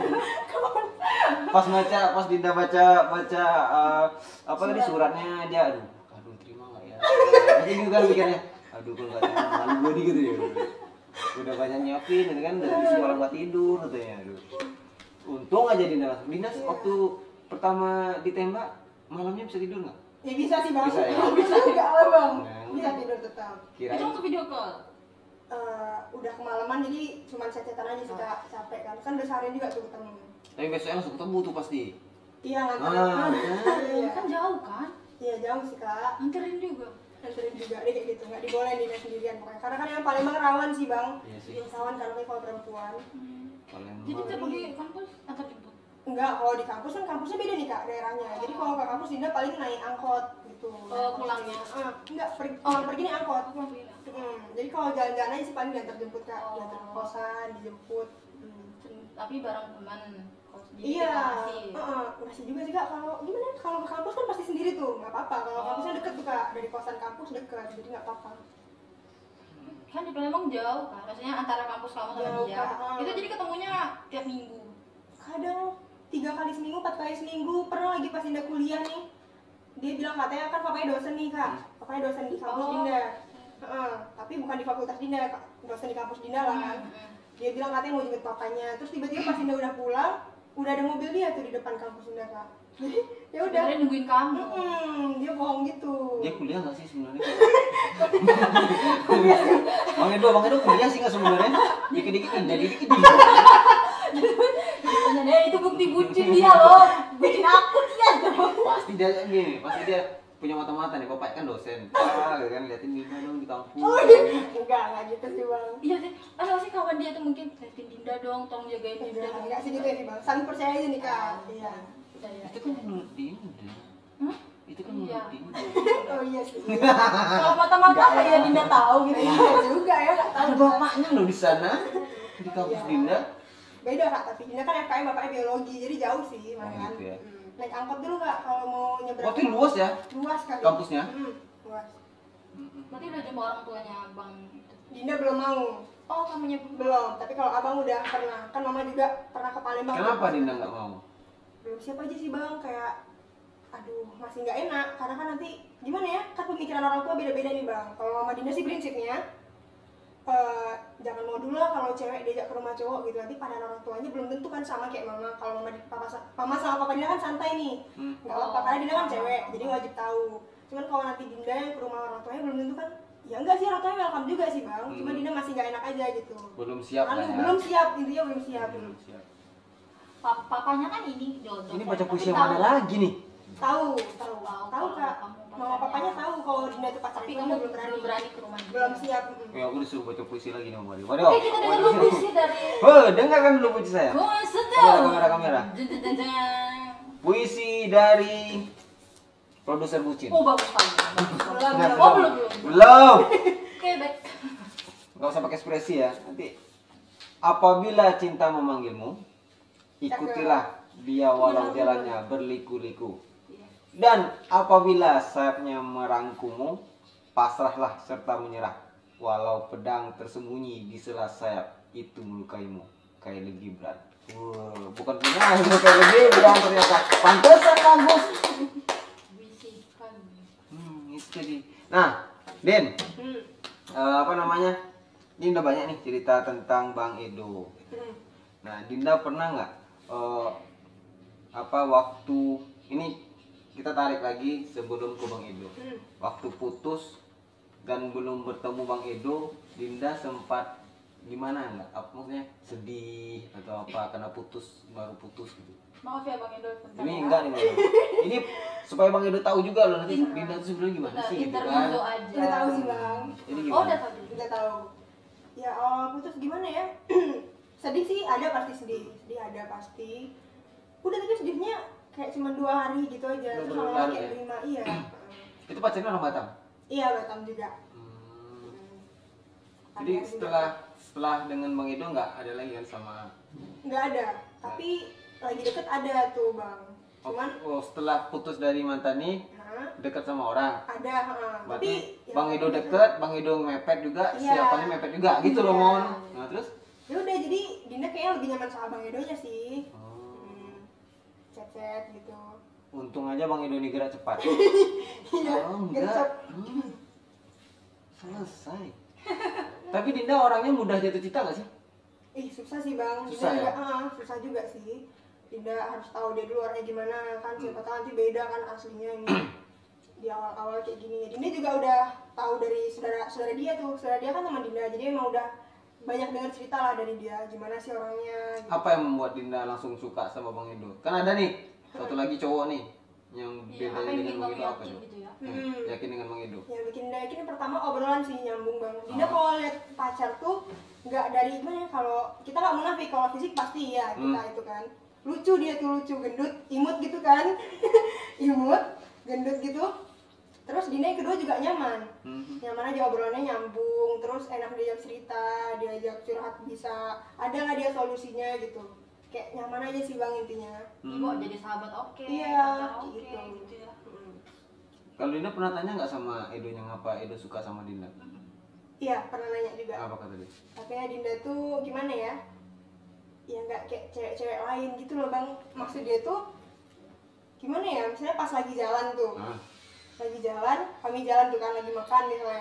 Speaker 1: Pas Dinda baca apa tadi suratnya dia, aduh terima nggak ya? Jadi juga mikirnya, aduh kalau nggak terima malu gue nih gitu ya. Udah banyak nyiapin gitu kan, dari semalam nggak tidur katanya, aduh. Untung aja Dinda langsung. Dinda waktu pertama ditembak malamnya bisa tidur nggak?
Speaker 3: ya bisa sih bang.
Speaker 1: Bisa ya?
Speaker 3: Bisa juga lah bang.
Speaker 1: Nah.
Speaker 3: Bisa tidur tetap.
Speaker 2: Itu
Speaker 1: Kirain
Speaker 2: waktu video call.
Speaker 3: Udah kemalaman jadi cuma chat-chatan aja sih kak, capek kan udah seharian juga tuh ketemu.
Speaker 1: tapi besoknya langsung ketemu tuh pasti.
Speaker 3: Iya nganterin.
Speaker 1: Ah,
Speaker 2: Kan jauh kan?
Speaker 3: Iya jauh sih kak.
Speaker 2: Nganterin juga.
Speaker 3: Nganterin juga deh kayak gitu, nggak dibolehin dia sendirian pokoknya. Karena kan yang Palembang rawan sih bang.
Speaker 1: Iya sih.
Speaker 3: Yang rawan karena kalau perempuan.
Speaker 1: Palembang.
Speaker 2: Jadi tiap pagi kampus antar jemput.
Speaker 3: Enggak, kalau di kampus kan kampusnya beda nih kak daerahnya. Jadi kalau ke kampus Dinda paling naik angkot gitu.
Speaker 2: Pulangnya?
Speaker 3: Enggak, kalau pergi naik angkot.
Speaker 2: Aku mau bilang.
Speaker 3: Jadi kalau jalan-jalan aja sih paling diantar jemput kak, diantar ke kosan, dijemput.
Speaker 2: Tapi bareng teman. Kalau sendiri
Speaker 3: Iya,
Speaker 2: masih.
Speaker 3: masih juga sih kak. Kalau gimana? Kalau ke kampus kan pasti sendiri tuh, nggak apa-apa. Kalau kampusnya deket tuh kak, dari kosan kampus deket, jadi nggak apa-apa.
Speaker 2: Kan di Palembang jauh kan, maksudnya antara kampus kamu sama
Speaker 3: Jauh,
Speaker 2: dia.
Speaker 3: Kak.
Speaker 2: Itu jadi ketemunya tiap minggu.
Speaker 3: Kadang 3 kali seminggu, 4 kali seminggu. Pernah lagi pas Dinda kuliah nih, dia bilang katanya kan papanya dosen nih kak, papanya dosen di kampus
Speaker 2: Oh.
Speaker 3: Dinda. Tapi bukan di fakultas Dinda, Kak. Dosen di kampus Dinda lah kan. Dia bilang katanya mau jemput papanya, terus tiba-tiba pas Dinda udah pulang, udah ada mobil dia tuh di depan kampus Dinda kak. Jadi ya udah.
Speaker 2: Sebenarnya nungguin kamu.
Speaker 3: Dia bohong gitu.
Speaker 1: Dia kuliah nggak sih sebenarnya? Bang Edo kuliah sih nggak sebenarnya? Dikit-dikit nih, jadi dikit nih.
Speaker 2: Tanya deh, itu bukti bucin dia loh. Bucin aku dia tuh.
Speaker 1: Pasti dia punya mata-mata nih, bapak kan dosen. Kan liatin Dinda dong di kampus.
Speaker 3: Enggak gitu sih bang.
Speaker 2: Iya sih, ada sih kawan dia tuh mungkin liatin Dinda dong, tolong jagain Dinda.
Speaker 3: Enggak sih gitu ya nih bang, saling percaya aja nih kak. Iya.
Speaker 2: Udah ya.
Speaker 1: Itu kan menurut Dinda. Itu kan
Speaker 2: Iya.
Speaker 1: menurut Dinda.
Speaker 3: Oh iya sih.
Speaker 2: Kalau mata-mata apa ya Dinda tahu gitu.
Speaker 3: Iya juga ya kak.
Speaker 1: Ada bapaknya loh di sana, di kampus
Speaker 3: Iya.
Speaker 1: Dinda.
Speaker 3: Beda kak, tapi Dinda kan FKM bapaknya biologi, jadi jauh sih malahan.
Speaker 1: gitu ya.
Speaker 3: Naik angkot dulu kak kalau mau nyebrang.
Speaker 1: Waktu luas ya
Speaker 3: Luas kali.
Speaker 1: kampusnya?
Speaker 3: Luas.
Speaker 2: Berarti udah jemput orang tuanya Bang itu.
Speaker 3: Dinda belum mau.
Speaker 2: Oh, kamunya
Speaker 3: Belum, tapi kalau abang udah pernah. Kan mama juga pernah ke Palembang.
Speaker 1: Kenapa Dinda nggak mau?
Speaker 3: Belum siap aja sih bang, kayak aduh masih nggak enak karena kan nanti gimana ya, kan pemikiran orang tua beda-beda nih bang. Kalau mama Dinda sih prinsipnya jangan mau dulu lah kalau cewek diajak ke rumah cowok gitu, nanti pada orang tuanya belum tentu kan sama kayak mama. Kalau mama sama papa Dinda kan santai nih, nggak apa-apa karena Dinda kan cewek jadi wajib tahu. Cuman kalau nanti Dinda yang ke rumah orang tuanya belum tentu kan, ya enggak sih, orang tuanya welcome juga sih bang, cuma Dinda masih nggak enak aja gitu.
Speaker 1: Belum siap lah ya.
Speaker 3: Belum siap, intinya belum siap.
Speaker 1: Belum siap.
Speaker 2: papanya kan ini jodoh.
Speaker 1: Ini baca puisi
Speaker 2: Tapi
Speaker 1: yang mana
Speaker 2: tahu.
Speaker 1: lagi nih?
Speaker 3: Tahu
Speaker 2: Tahu
Speaker 3: kak.
Speaker 2: kamu
Speaker 3: Mama papanya tahu kalau Dinda itu pacaran,
Speaker 2: Tapi
Speaker 3: cuma
Speaker 2: kamu
Speaker 3: belum berani.
Speaker 2: ke rumah dia.
Speaker 3: Belum siap.
Speaker 1: Ya aku disuruh baca puisi lagi nih Mario.
Speaker 2: Oke, kita dengar dulu puisi dari
Speaker 1: Dengarkan dulu puisi saya.
Speaker 2: Gue sedang.
Speaker 1: Kamera.
Speaker 2: Jeng, jeng, jeng, jeng.
Speaker 1: Puisi dari produser bucin.
Speaker 2: Oh, bagus sekali.
Speaker 1: Nah,
Speaker 2: Oh, belum.
Speaker 1: Belum.
Speaker 2: Oke, baik.
Speaker 1: Gak usah pakai ekspresi ya. Nanti apabila cinta memanggilmu, ikutilah dia walau jalannya berliku-liku. Dan apabila sayapnya merangkumu, pasrahlah serta menyerah. Walau pedang tersembunyi di sela sayap itu melukaimu. Khairil Gibran. Bukan punya Khairil Gibran ternyata. Pantesan bagus.
Speaker 2: Bisikan.
Speaker 1: Itu tadi. Nah, Den, apa namanya? Ini udah banyak nih cerita tentang Bang Edo. Nah, Dinda pernah nggak waktu ini kita tarik lagi sebelum ke Bang Edo. Waktu putus dan belum bertemu Bang Edo, Dinda sempat gimana nggak? Maksudnya sedih atau apa karena baru putus gitu?
Speaker 2: Maaf ya Bang Edo, bentar
Speaker 1: Ini
Speaker 2: ya.
Speaker 1: enggak nih, Bang. Ini supaya Bang Edo tahu juga loh nanti Dinda itu sebenarnya gimana
Speaker 2: Bentar,
Speaker 1: sih gitu kan?
Speaker 2: intermezzo aja.
Speaker 3: Udah tahu sih bang.
Speaker 1: Jadi
Speaker 2: Oh,
Speaker 1: gimana?
Speaker 2: udah tahu.
Speaker 3: Udah tahu. Ya awal putus gimana ya? Sedih sih ada pasti sedih ada pasti. Udah tapi sedihnya kayak cuma 2 hari gitu aja. Terus
Speaker 1: Bener-bener
Speaker 3: lama kayak
Speaker 1: ya?
Speaker 3: terima iya.
Speaker 1: Itu pacarnya orang Batam.
Speaker 3: Iya Batam juga.
Speaker 1: Jadi
Speaker 3: Ada
Speaker 1: setelah dengan Bang Edo nggak ada lagi kan sama
Speaker 3: nggak ada, tapi lagi deket ada tuh bang. Cuman
Speaker 1: setelah putus dari mantan nih dekat sama orang.
Speaker 3: ada,
Speaker 1: Berarti
Speaker 3: tapi
Speaker 1: Bang Edo deket, Bang Edo mepet juga,
Speaker 3: Iya.
Speaker 1: siapannya mepet juga gitu loh
Speaker 3: Iya.
Speaker 1: Mon. Nah terus?
Speaker 3: ya udah jadi Dinda kayaknya lebih nyaman sama Bang Edonya sih. Chat gitu.
Speaker 1: Untung aja Bang Edo ini gerak cepat.
Speaker 3: Iya,
Speaker 1: Oh
Speaker 3: gercep.
Speaker 1: enggak. Selesai. Tapi Dinda orangnya mudah jatuh cinta nggak sih?
Speaker 3: Ih susah sih bang.
Speaker 1: Susah
Speaker 3: Dinda
Speaker 1: ya?
Speaker 3: juga, susah juga sih. Dinda harus tahu dia dulu orangnya gimana kan. Siapa tahu nanti beda kan aslinya ini. Di awal-awal kayak gini. Dinda juga udah tahu dari saudara dia tuh. Saudara dia kan teman Dinda, jadi emang udah banyak dengar cerita lah dari dia. Gimana sih orangnya. Gitu.
Speaker 1: Apa yang membuat Dinda langsung suka sama Bang Edo? Kan ada nih satu lagi cowok nih yang
Speaker 2: Iya,
Speaker 1: bedanya
Speaker 2: apa yang
Speaker 1: dengan
Speaker 2: bikin
Speaker 1: Bang
Speaker 2: kamu
Speaker 1: Edo apa
Speaker 2: yakin
Speaker 1: tuh?
Speaker 2: gitu ya?
Speaker 1: Yakin dengan Bang Edo.
Speaker 3: Yang bikin Dinda yakin pertama obrolan sih nyambung bang. Dinda kalau lihat pacar tuh nggak dari gimana ya, kalau kita nggak munafik, kalau fisik pasti ya kita itu kan lucu, dia tuh lucu, gendut, imut gitu kan. Imut, gendut gitu. Terus Dinda yang kedua juga nyaman. Nyaman aja, obrolannya nyambung, terus enak diajak cerita, diajak curhat, bisa ada nggak dia solusinya gitu. Kayak nyaman aja sih bang intinya.
Speaker 2: Kok jadi sahabat oke,
Speaker 3: Iya,
Speaker 2: pacar oke
Speaker 3: gitu.
Speaker 2: gitu ya.
Speaker 1: Kalau Dinda pernah tanya nggak sama Edonya ngapa Edo suka sama Dinda?
Speaker 3: Iya pernah nanya juga.
Speaker 1: Apa kata dia?
Speaker 3: Katanya Dinda tuh gimana ya? Ya nggak kayak cewek-cewek lain gitu loh bang. Maksud dia tuh gimana ya? Misalnya pas lagi jalan tuh, lagi jalan, kami jalan tuh kan lagi makan misalnya.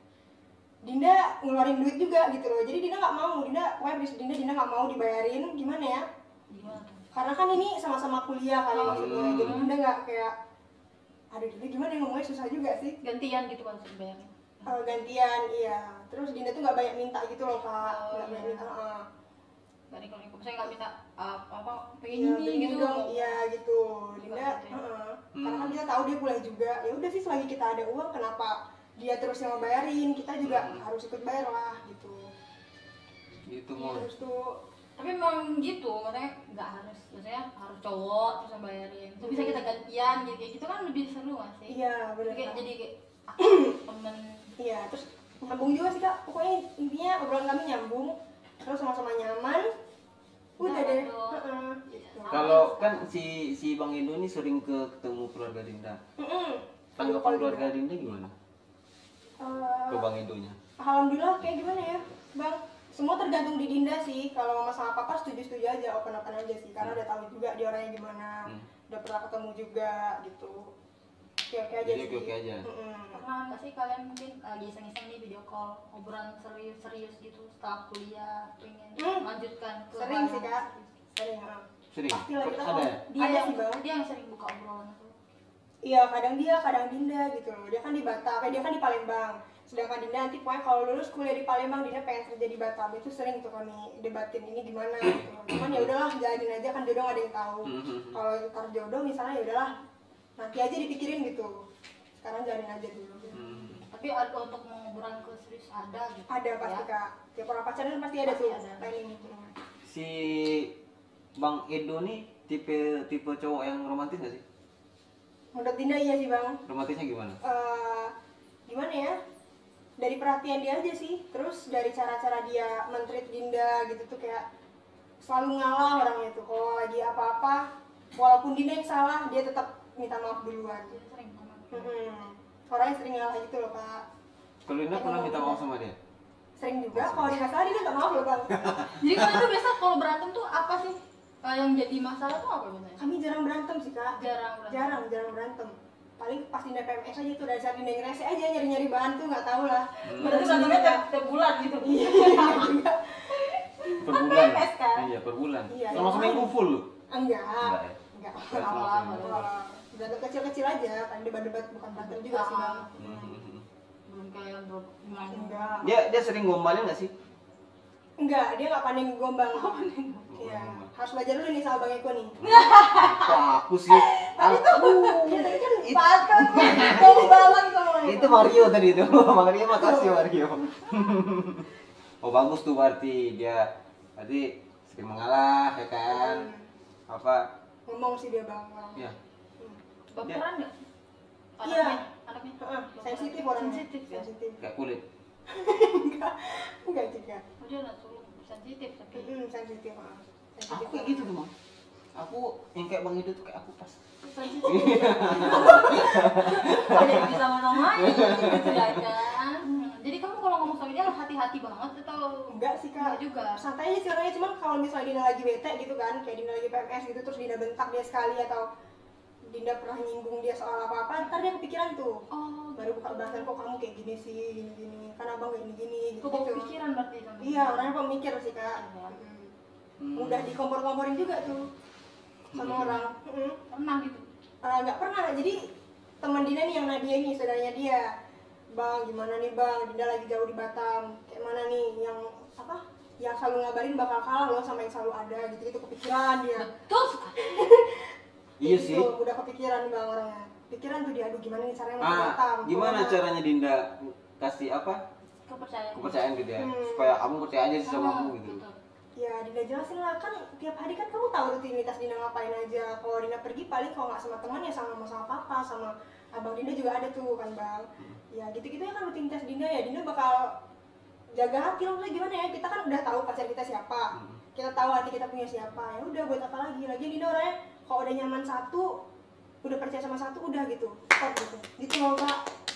Speaker 3: Dinda ngeluarin duit juga gitu loh. Jadi Dinda nggak mau, Dinda nggak mau dibayarin. Gimana ya?
Speaker 2: Gimana tuh?
Speaker 3: Karena kan ini sama-sama kuliah kan maksudnya. Jadi Dinda nggak kayak, aduh Dinda gimana ya ngomongnya susah juga sih.
Speaker 2: Gantian gitu kalau sebenarnya.
Speaker 3: Gantian, iya. Terus Dinda tuh nggak banyak minta gitu loh kak. Nggak banyak minta.
Speaker 2: Dari kalau saya nggak minta apa
Speaker 3: Iya,
Speaker 2: pengen ini gitu.
Speaker 3: dong, iya gitu. Dinda,
Speaker 2: Gitu ya.
Speaker 3: karena kan kita tahu dia kuliah juga. Ya udah sih selagi kita ada uang, kenapa dia terus yang ngebayarin? Kita juga harus ikut bayar lah gitu.
Speaker 1: Gitu
Speaker 3: Iya,
Speaker 1: Mon.
Speaker 3: terus tuh,
Speaker 2: Tapi memang gitu, maksudnya nggak harus, maksudnya harus cowok terus yang bayarin. Terus bisa kita gantian gitu, kayak gitu kan lebih seru nggak sih?
Speaker 3: iya benar.
Speaker 2: Kayak jadi kayak temen.
Speaker 3: Iya, terus nyambung juga sih kak. Pokoknya intinya obrolan kami nyambung, terus sama-sama nyaman. Udah deh. Gitu.
Speaker 1: Kalau kan si Bang Edo ini sering ketemu keluarga Dinda. Tanggapan keluarga Dinda gimana? Ke Bang Edonya?
Speaker 3: Alhamdulillah kayak gimana ya bang, semua tergantung di Dinda sih. Kalau mama sama papa setuju aja, open aja sih, karena udah tahu juga dia orangnya gimana, udah pernah ketemu juga gitu. Oke aja
Speaker 1: Jadi
Speaker 3: sih.
Speaker 1: oke aja.
Speaker 2: Pernah nggak sih kalian mungkin lagi iseng-iseng nih video call, obrolan serius gitu setelah kuliah, pengen lanjutkan ke
Speaker 3: Sering
Speaker 2: hal
Speaker 3: sih
Speaker 2: yang
Speaker 3: kak,
Speaker 2: serius?
Speaker 3: sering.
Speaker 1: Sering?
Speaker 3: Pasti lah kita
Speaker 1: Ada ya?
Speaker 2: Dia
Speaker 3: ada
Speaker 2: yang
Speaker 3: sih bang.
Speaker 2: dia yang sering buka obrolan itu.
Speaker 3: Iya, kadang dia, kadang Dinda gitu loh. Dia kan di Batam, dia kan di Palembang. Sedangkan Dinda nanti pokoknya kalau lulus kuliah di Palembang, Dinda pengen kerja di Batam. Itu sering tuh kami debatin ini gimana gitu. Cuman ya udahlah, jalanin aja, kan jodoh gak ada yang tahu. Kalau ntar jodoh misalnya ya udahlah, nanti aja dipikirin gitu. Sekarang jalanin aja dulu.
Speaker 2: Tapi ada untuk mau ngobrol ke serius ada gitu.
Speaker 3: Ada pasti
Speaker 2: ya?
Speaker 3: kak. Tiap orang pacaran pasti ada tuh.
Speaker 2: Pasti ada.
Speaker 3: Planning.
Speaker 1: Si Bang Edo nih tipe cowok yang romantis gak sih?
Speaker 3: Menurut Dinda iya sih bang.
Speaker 1: Romantisnya gimana?
Speaker 3: Gimana ya, dari perhatian dia aja sih, terus dari cara-cara dia men-treat Dinda gitu tuh kayak selalu ngalah orangnya tuh. Kalau lagi apa-apa, walaupun Dinda yang salah, dia tetap minta maaf duluan.
Speaker 2: Sering banget.
Speaker 3: Orangnya sering ngalah gitu loh kak.
Speaker 1: Kalau Dinda pernah minta maaf sama dia?
Speaker 3: Sering juga, kalau dia nggak salah dia minta maaf loh bang.
Speaker 2: Jadi kalian tuh biasa kalau berantem tuh apa sih yang jadi masalah tuh apa biasanya?
Speaker 3: Kami jarang berantem sih kak.
Speaker 2: Jarang
Speaker 3: Jarang berantem. Paling pas Dinda PMS aja tuh, dari saat Dinda ngerese aja nyari-nyari bahan tuh nggak tahu lah.
Speaker 2: Berarti berantemnya tiap bulan gitu.
Speaker 3: Iya.
Speaker 1: Per bulan?
Speaker 2: PMS kan?
Speaker 1: Iya, per bulan.
Speaker 3: Iya,
Speaker 1: Selama
Speaker 3: iya.
Speaker 1: seminggu full lu?
Speaker 3: Enggak.
Speaker 1: Enggak ya?
Speaker 3: Enggak.
Speaker 2: Lama-lama.
Speaker 3: Berantem kecil-kecil aja, paling debat-debat bukan berantem juga sih bang.
Speaker 2: Belum kayak gimana?
Speaker 3: Enggak.
Speaker 1: Dia sering gombalin nggak sih?
Speaker 3: Enggak, dia nggak pandai gombal. Iya. Harus belajar dulu nih sama Bang Eko nih.
Speaker 1: Wah, aku sih.
Speaker 3: Iya, tadi kan patah. Gombalan sama
Speaker 1: Itu Mario tadi itu. Mario, makasih Mario. Oh bagus tuh berarti dia berarti sering mengalah ya kan? Apa?
Speaker 3: Ngomong sih dia bang.
Speaker 1: Ya.
Speaker 2: Baperan nggak?
Speaker 3: Iya.
Speaker 2: Anaknya.
Speaker 3: Sensitif orangnya.
Speaker 2: Sensitif ya?
Speaker 3: Sensitif.
Speaker 1: Kayak kulit.
Speaker 3: Enggak juga.
Speaker 2: Oh, dia anak sulung sensitif tapi.
Speaker 3: Sensitif.
Speaker 1: Aku kayak gitu tuh, Mang. Aku yang kayak Bang Ido tuh kayak aku pas.
Speaker 2: Sensitif. Ada yang bisa menemani gitu ya kan. Jadi kamu kalau ngomong sama dia hati-hati banget atau
Speaker 3: Enggak sih kak.
Speaker 2: Enggak juga.
Speaker 3: Santai aja sih orangnya, cuman kalau misalnya Dinda lagi bete gitu kan, kayak Dinda lagi PMS gitu, terus Dinda bentak dia sekali atau Dinda pernah nyinggung dia soal apa-apa, ntar dia kepikiran tuh.
Speaker 2: Oh,
Speaker 3: Baru buka bahasan, kok kamu kayak gini sih, gini-gini, kan abang kayak gini-gini gitu.
Speaker 2: Kok pikiran berarti sama
Speaker 3: Iya, orangnya pemikir sih kak.
Speaker 2: Iya.
Speaker 3: Mudah dikompor-komporin juga tuh sama orang.
Speaker 2: Pernah gitu.
Speaker 3: Nggak pernah, jadi teman Dinda nih yang Nadia ini, saudaranya dia. Bang, gimana nih bang, Dinda lagi jauh di Batam, kayak mana nih, yang apa? Yang selalu ngabarin bakal kalah loh sama yang selalu ada, gitu-gitu kepikiran dia.
Speaker 2: Betul sekali.
Speaker 1: Iya
Speaker 3: Gitu,
Speaker 1: sih.
Speaker 3: udah kepikiran bang orangnya. Pikiran tuh dia, aduh gimana nih caranya mau ke Batam.
Speaker 1: Gimana
Speaker 3: Kemana?
Speaker 1: caranya Dinda kasih apa?
Speaker 2: Kepercayaan.
Speaker 1: Kepercayaan gitu ya. Supaya kamu percaya aja sih sama aku gitu.
Speaker 2: Betul.
Speaker 3: Ya Dinda jelasin lah, kan tiap hari kan kamu tahu rutinitas Dinda ngapain aja. Kalau Dinda pergi paling kalau nggak sama teman ya sama mama sama papa, sama abang Dinda juga ada tuh kan bang. Ya gitu-gitu ya kan rutinitas Dinda ya. Dinda bakal jaga hati lo gimana ya, kita kan udah tahu pacar kita siapa, kita tahu hati kita punya siapa, ya udah buat apa lagi. Lagian Dinda orangnya kalau udah nyaman satu, udah percaya sama satu, udah gitu stop gitu loh kak.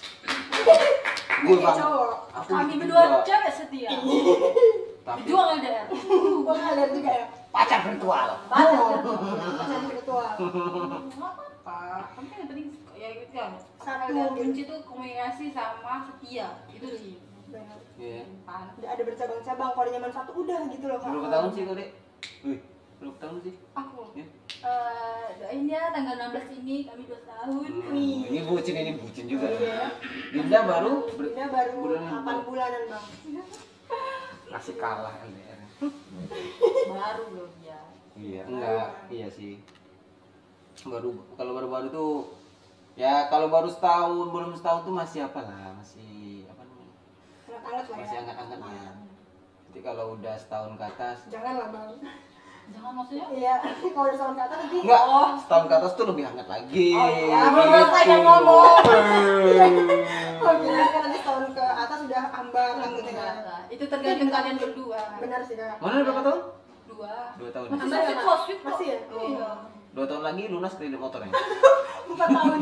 Speaker 1: Gue
Speaker 3: Kayak
Speaker 1: bang.
Speaker 3: cowok.
Speaker 1: Aku
Speaker 2: Kami
Speaker 1: gitu
Speaker 2: berdua
Speaker 1: juga.
Speaker 2: cewek setia.
Speaker 1: Tapi
Speaker 2: Juang LDR.
Speaker 3: Gua ngalir juga ya.
Speaker 1: pacar virtual.
Speaker 3: Pacar virtual.
Speaker 2: Nggak apa-apa. Tapi yang penting ya gitu kan.
Speaker 3: Satu.
Speaker 2: Kunci tuh komunikasi sama setia. Itu sih.
Speaker 3: Benar.
Speaker 1: Iya.
Speaker 2: Pan.
Speaker 3: Udah ada bercabang-cabang, kalau nyaman satu udah gitu loh kak.
Speaker 1: Berapa tahun sih kau dek? Wih, berapa tahun sih?
Speaker 2: Aku.
Speaker 1: Ya.
Speaker 2: Doain ya tanggal 16 ini kami 2 tahun.
Speaker 1: Ini bucin juga.
Speaker 3: Iya.
Speaker 1: Dinda baru
Speaker 3: Dinda baru
Speaker 1: bulan
Speaker 3: 8 bulanan bang.
Speaker 1: masih kalah LDR.
Speaker 2: Baru belum ya.
Speaker 1: Iya, enggak. Iya sih. Kalau baru-baru tuh ya kalau baru setahun, belum setahun tuh masih apa lah, masih apa namanya?
Speaker 3: Hangat-hangat lah
Speaker 1: Masih
Speaker 3: ya.
Speaker 1: hangat-hangatnya. Jadi kalau udah setahun ke atas,
Speaker 3: Jangan lah bang.
Speaker 2: Jangan maksudnya?
Speaker 3: Iya, kalau udah tahun ke atas nanti.
Speaker 1: enggak, setahun ke atas tuh lebih hangat lagi.
Speaker 3: Oh iya,
Speaker 1: Gitu.
Speaker 3: belum selesai kan ngomong. Oh gila kan nanti tahun ke atas udah ambang kan gitu kan.
Speaker 2: Enggak. Itu tergantung kalian berdua.
Speaker 3: Benar sih kak.
Speaker 1: Mana berapa tahun?
Speaker 2: 2.
Speaker 1: 2 tahun.
Speaker 2: Masih
Speaker 3: Tambah ya,
Speaker 2: sweet
Speaker 3: Kak?
Speaker 2: kok, sweet kok.
Speaker 3: Masih ya?
Speaker 2: Iya.
Speaker 1: 2 tahun lagi lunas kredit motornya.
Speaker 3: 4 tahun.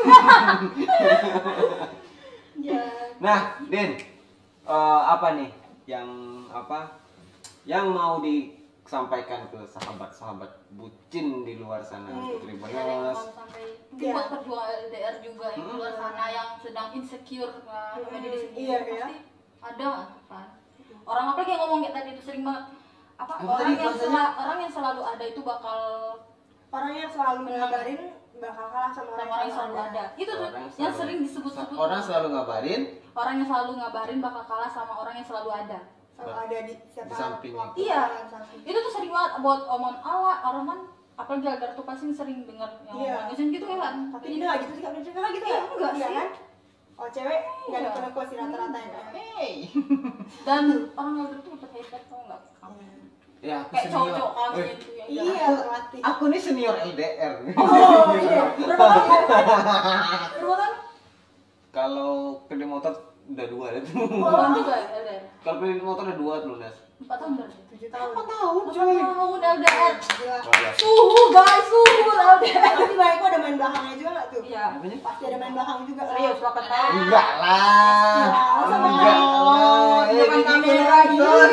Speaker 3: Ya.
Speaker 1: Nah, Din, apa nih yang apa yang mau disampaikan ke sahabat-sahabat bucin di luar sana, Putri
Speaker 2: Ada yang
Speaker 1: Bonus?
Speaker 2: mau sampai
Speaker 3: Iya.
Speaker 2: buat perjuangan LDR juga yang di luar sana yang sedang insecure kan sama diri sendiri
Speaker 3: Iya, iya.
Speaker 2: pasti ada kan. Orang apalagi yang ngomong kayak tadi itu sering banget apa
Speaker 1: Apa
Speaker 2: orang
Speaker 1: tadi
Speaker 2: yang
Speaker 1: bahasanya?
Speaker 2: orang yang selalu ada itu bakal
Speaker 3: Orang yang selalu ngabarin bakal kalah sama
Speaker 2: sama orang yang selalu ada. Itu tuh
Speaker 1: Orang
Speaker 2: yang sering disebut-sebut.
Speaker 1: Orang selalu ngabarin
Speaker 2: Orang yang selalu ngabarin bakal kalah sama orang yang selalu ada.
Speaker 3: Selalu ada di siapa
Speaker 1: Di sampingnya.
Speaker 3: waktu
Speaker 2: Iya.
Speaker 3: kan, samping.
Speaker 2: Itu tuh sering banget buat omongan ala orang kan apalagi agar tuh pasti sering dengar yang
Speaker 3: Iya.
Speaker 2: omongan gitu kan.
Speaker 3: Tapi ini nggak gitu sih, nggak bener gitu
Speaker 2: Iya,
Speaker 3: ya?
Speaker 2: enggak sih.
Speaker 3: kan? Oh cewek nggak
Speaker 2: Iya.
Speaker 3: neko-neko sih rata-rata ya Kak?
Speaker 1: hey.
Speaker 2: Dan orang LDR tuh dapat hebat tau nggak?
Speaker 1: Ya, aku
Speaker 2: Kayak
Speaker 1: senior.
Speaker 2: cowok kami
Speaker 1: Eh,
Speaker 2: itu yang
Speaker 3: Iya terlatih.
Speaker 1: aku nih senior LDR.
Speaker 3: Oh iya.
Speaker 2: Berapa tahun? Berapa tahun?
Speaker 1: Kalau kredit motor udah 2 ya.
Speaker 2: Tahun juga ya LDR.
Speaker 1: Kalau kredit motor udah 2 lunas.
Speaker 2: 4 tahun berarti.
Speaker 3: 7 tahun.
Speaker 1: 4 tahun,
Speaker 2: 8 tahun LDR.
Speaker 3: Gila.
Speaker 1: Luar biasa.
Speaker 2: Suhu guys, suhu LDR.
Speaker 3: Tapi baik gua ada main belakangnya juga nggak
Speaker 1: Apanya?
Speaker 3: Pasti ada main belakang juga.
Speaker 2: Serius lo ketawa.
Speaker 1: Enggak lah.
Speaker 3: Sama
Speaker 1: Enggak lah.
Speaker 3: depan
Speaker 1: bikin
Speaker 3: kamera
Speaker 1: nonton.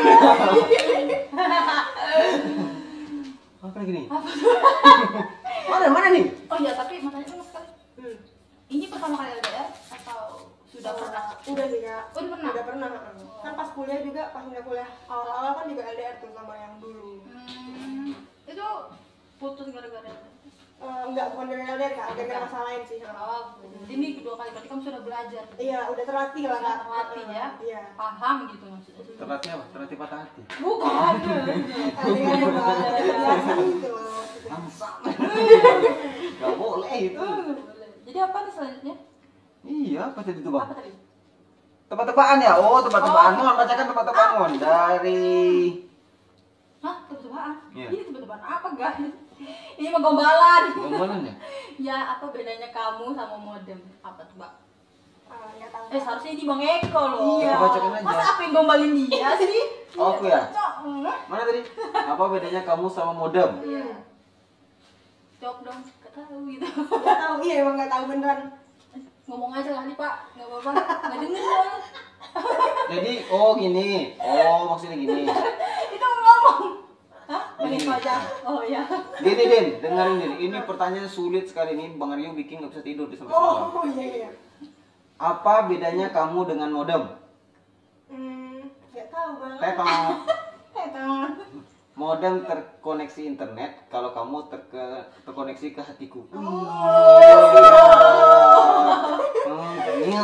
Speaker 1: Apa lagi nih? Mana nih?
Speaker 2: Oh iya, tapi mau tanya dulu sekali.
Speaker 3: Hmm.
Speaker 2: Ini pertama kali LDR atau sudah pernah?
Speaker 3: Udah sih kak.
Speaker 2: Oh, udah pernah?
Speaker 3: Udah pernah. Kan pas kuliah juga, pas udah kuliah awal-awal kan juga LDR tuh sama yang dulu.
Speaker 2: Itu putus gara-gara
Speaker 3: Enggak, bukan gara-gara LDR kak, gara-gara masalah lain sih.
Speaker 2: oh, ini kedua kali berarti kamu sudah belajar.
Speaker 3: Iya, udah terlatih lah kak.
Speaker 2: Terlatih ya.
Speaker 3: Iya.
Speaker 2: Paham gitu maksudnya.
Speaker 1: Terlatih apa? Terlatih patah hati.
Speaker 2: Bukan.
Speaker 3: LDR juga biasa gitu loh.
Speaker 1: Langsung. Gak boleh itu.
Speaker 2: Jadi apa nih selanjutnya?
Speaker 1: Iya, apa tadi itu bang?
Speaker 2: Apa tadi?
Speaker 1: Tebak-tebakan ya? Oh, tebak-tebakan. Mon, bacakan tebak-tebakan Mon. Dari...
Speaker 2: Hah, tebak-tebakan?
Speaker 1: Iya.
Speaker 2: Ini tebak-tebakan apa guys? Ini mah gombalan.
Speaker 1: Gombalan ya?
Speaker 2: Ya, apa bedanya kamu sama modem? Apa tuh, Mbak?
Speaker 3: Nggak tahu.
Speaker 2: Seharusnya ini Bang Eko loh.
Speaker 3: Iya.
Speaker 1: Bacakan aja.
Speaker 2: Masa apa yang gombalin dia sih?
Speaker 1: Oh, aku ya?
Speaker 2: Cok.
Speaker 1: Mana tadi? Apa bedanya kamu sama modem?
Speaker 2: Iya. Jawab dong, gak tahu gitu.
Speaker 3: Nggak tahu, iya emang nggak tahu beneran.
Speaker 2: Ngomong aja lah nih Pak, gak apa-apa. Gak denger soalnya.
Speaker 1: Jadi, oh gini. Oh, maksudnya gini.
Speaker 2: Itu ngomong. Hah? Bang
Speaker 1: Gini.
Speaker 2: Eko aja. Oh iya.
Speaker 1: Gini, Din. Dengerin, Din. Ini pertanyaan sulit sekali nih. Bang Aryo bikin nggak bisa tidur di sampai semalam.
Speaker 3: Oh iya iya.
Speaker 1: Apa bedanya kamu dengan modem?
Speaker 3: Nggak tahu bang.
Speaker 1: Tetot.
Speaker 2: Tahu.
Speaker 1: Modem terkoneksi internet, kalau kamu terkoneksi ke hatiku. Iya.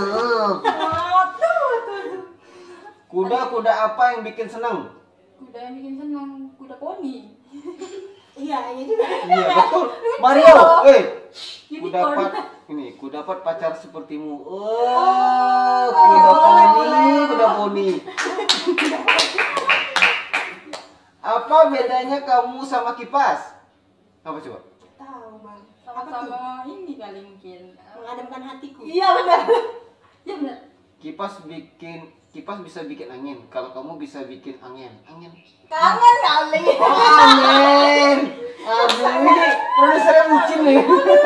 Speaker 1: Kuda-kuda apa yang bikin seneng?
Speaker 2: Kuda yang bikin senang, kuda poni.
Speaker 3: Iya ini juga.
Speaker 1: Iya betul. Mario, ku
Speaker 2: Unicorn.
Speaker 1: dapat ini, ku dapat pacar sepertimu. Oh, kuda poni. Apa bedanya kamu sama kipas? Apa coba?
Speaker 3: Tahu bang. Apa tuh?
Speaker 2: Sama-sama ini kali mungkin.
Speaker 3: Mengademkan hatiku.
Speaker 2: Iya benar. Iya benar.
Speaker 1: Kipas bisa bikin angin. Kalau kamu bisa bikin angin.
Speaker 2: Kangen kali.
Speaker 1: Oh, angin. Aduh, ini produsernya bucin nih.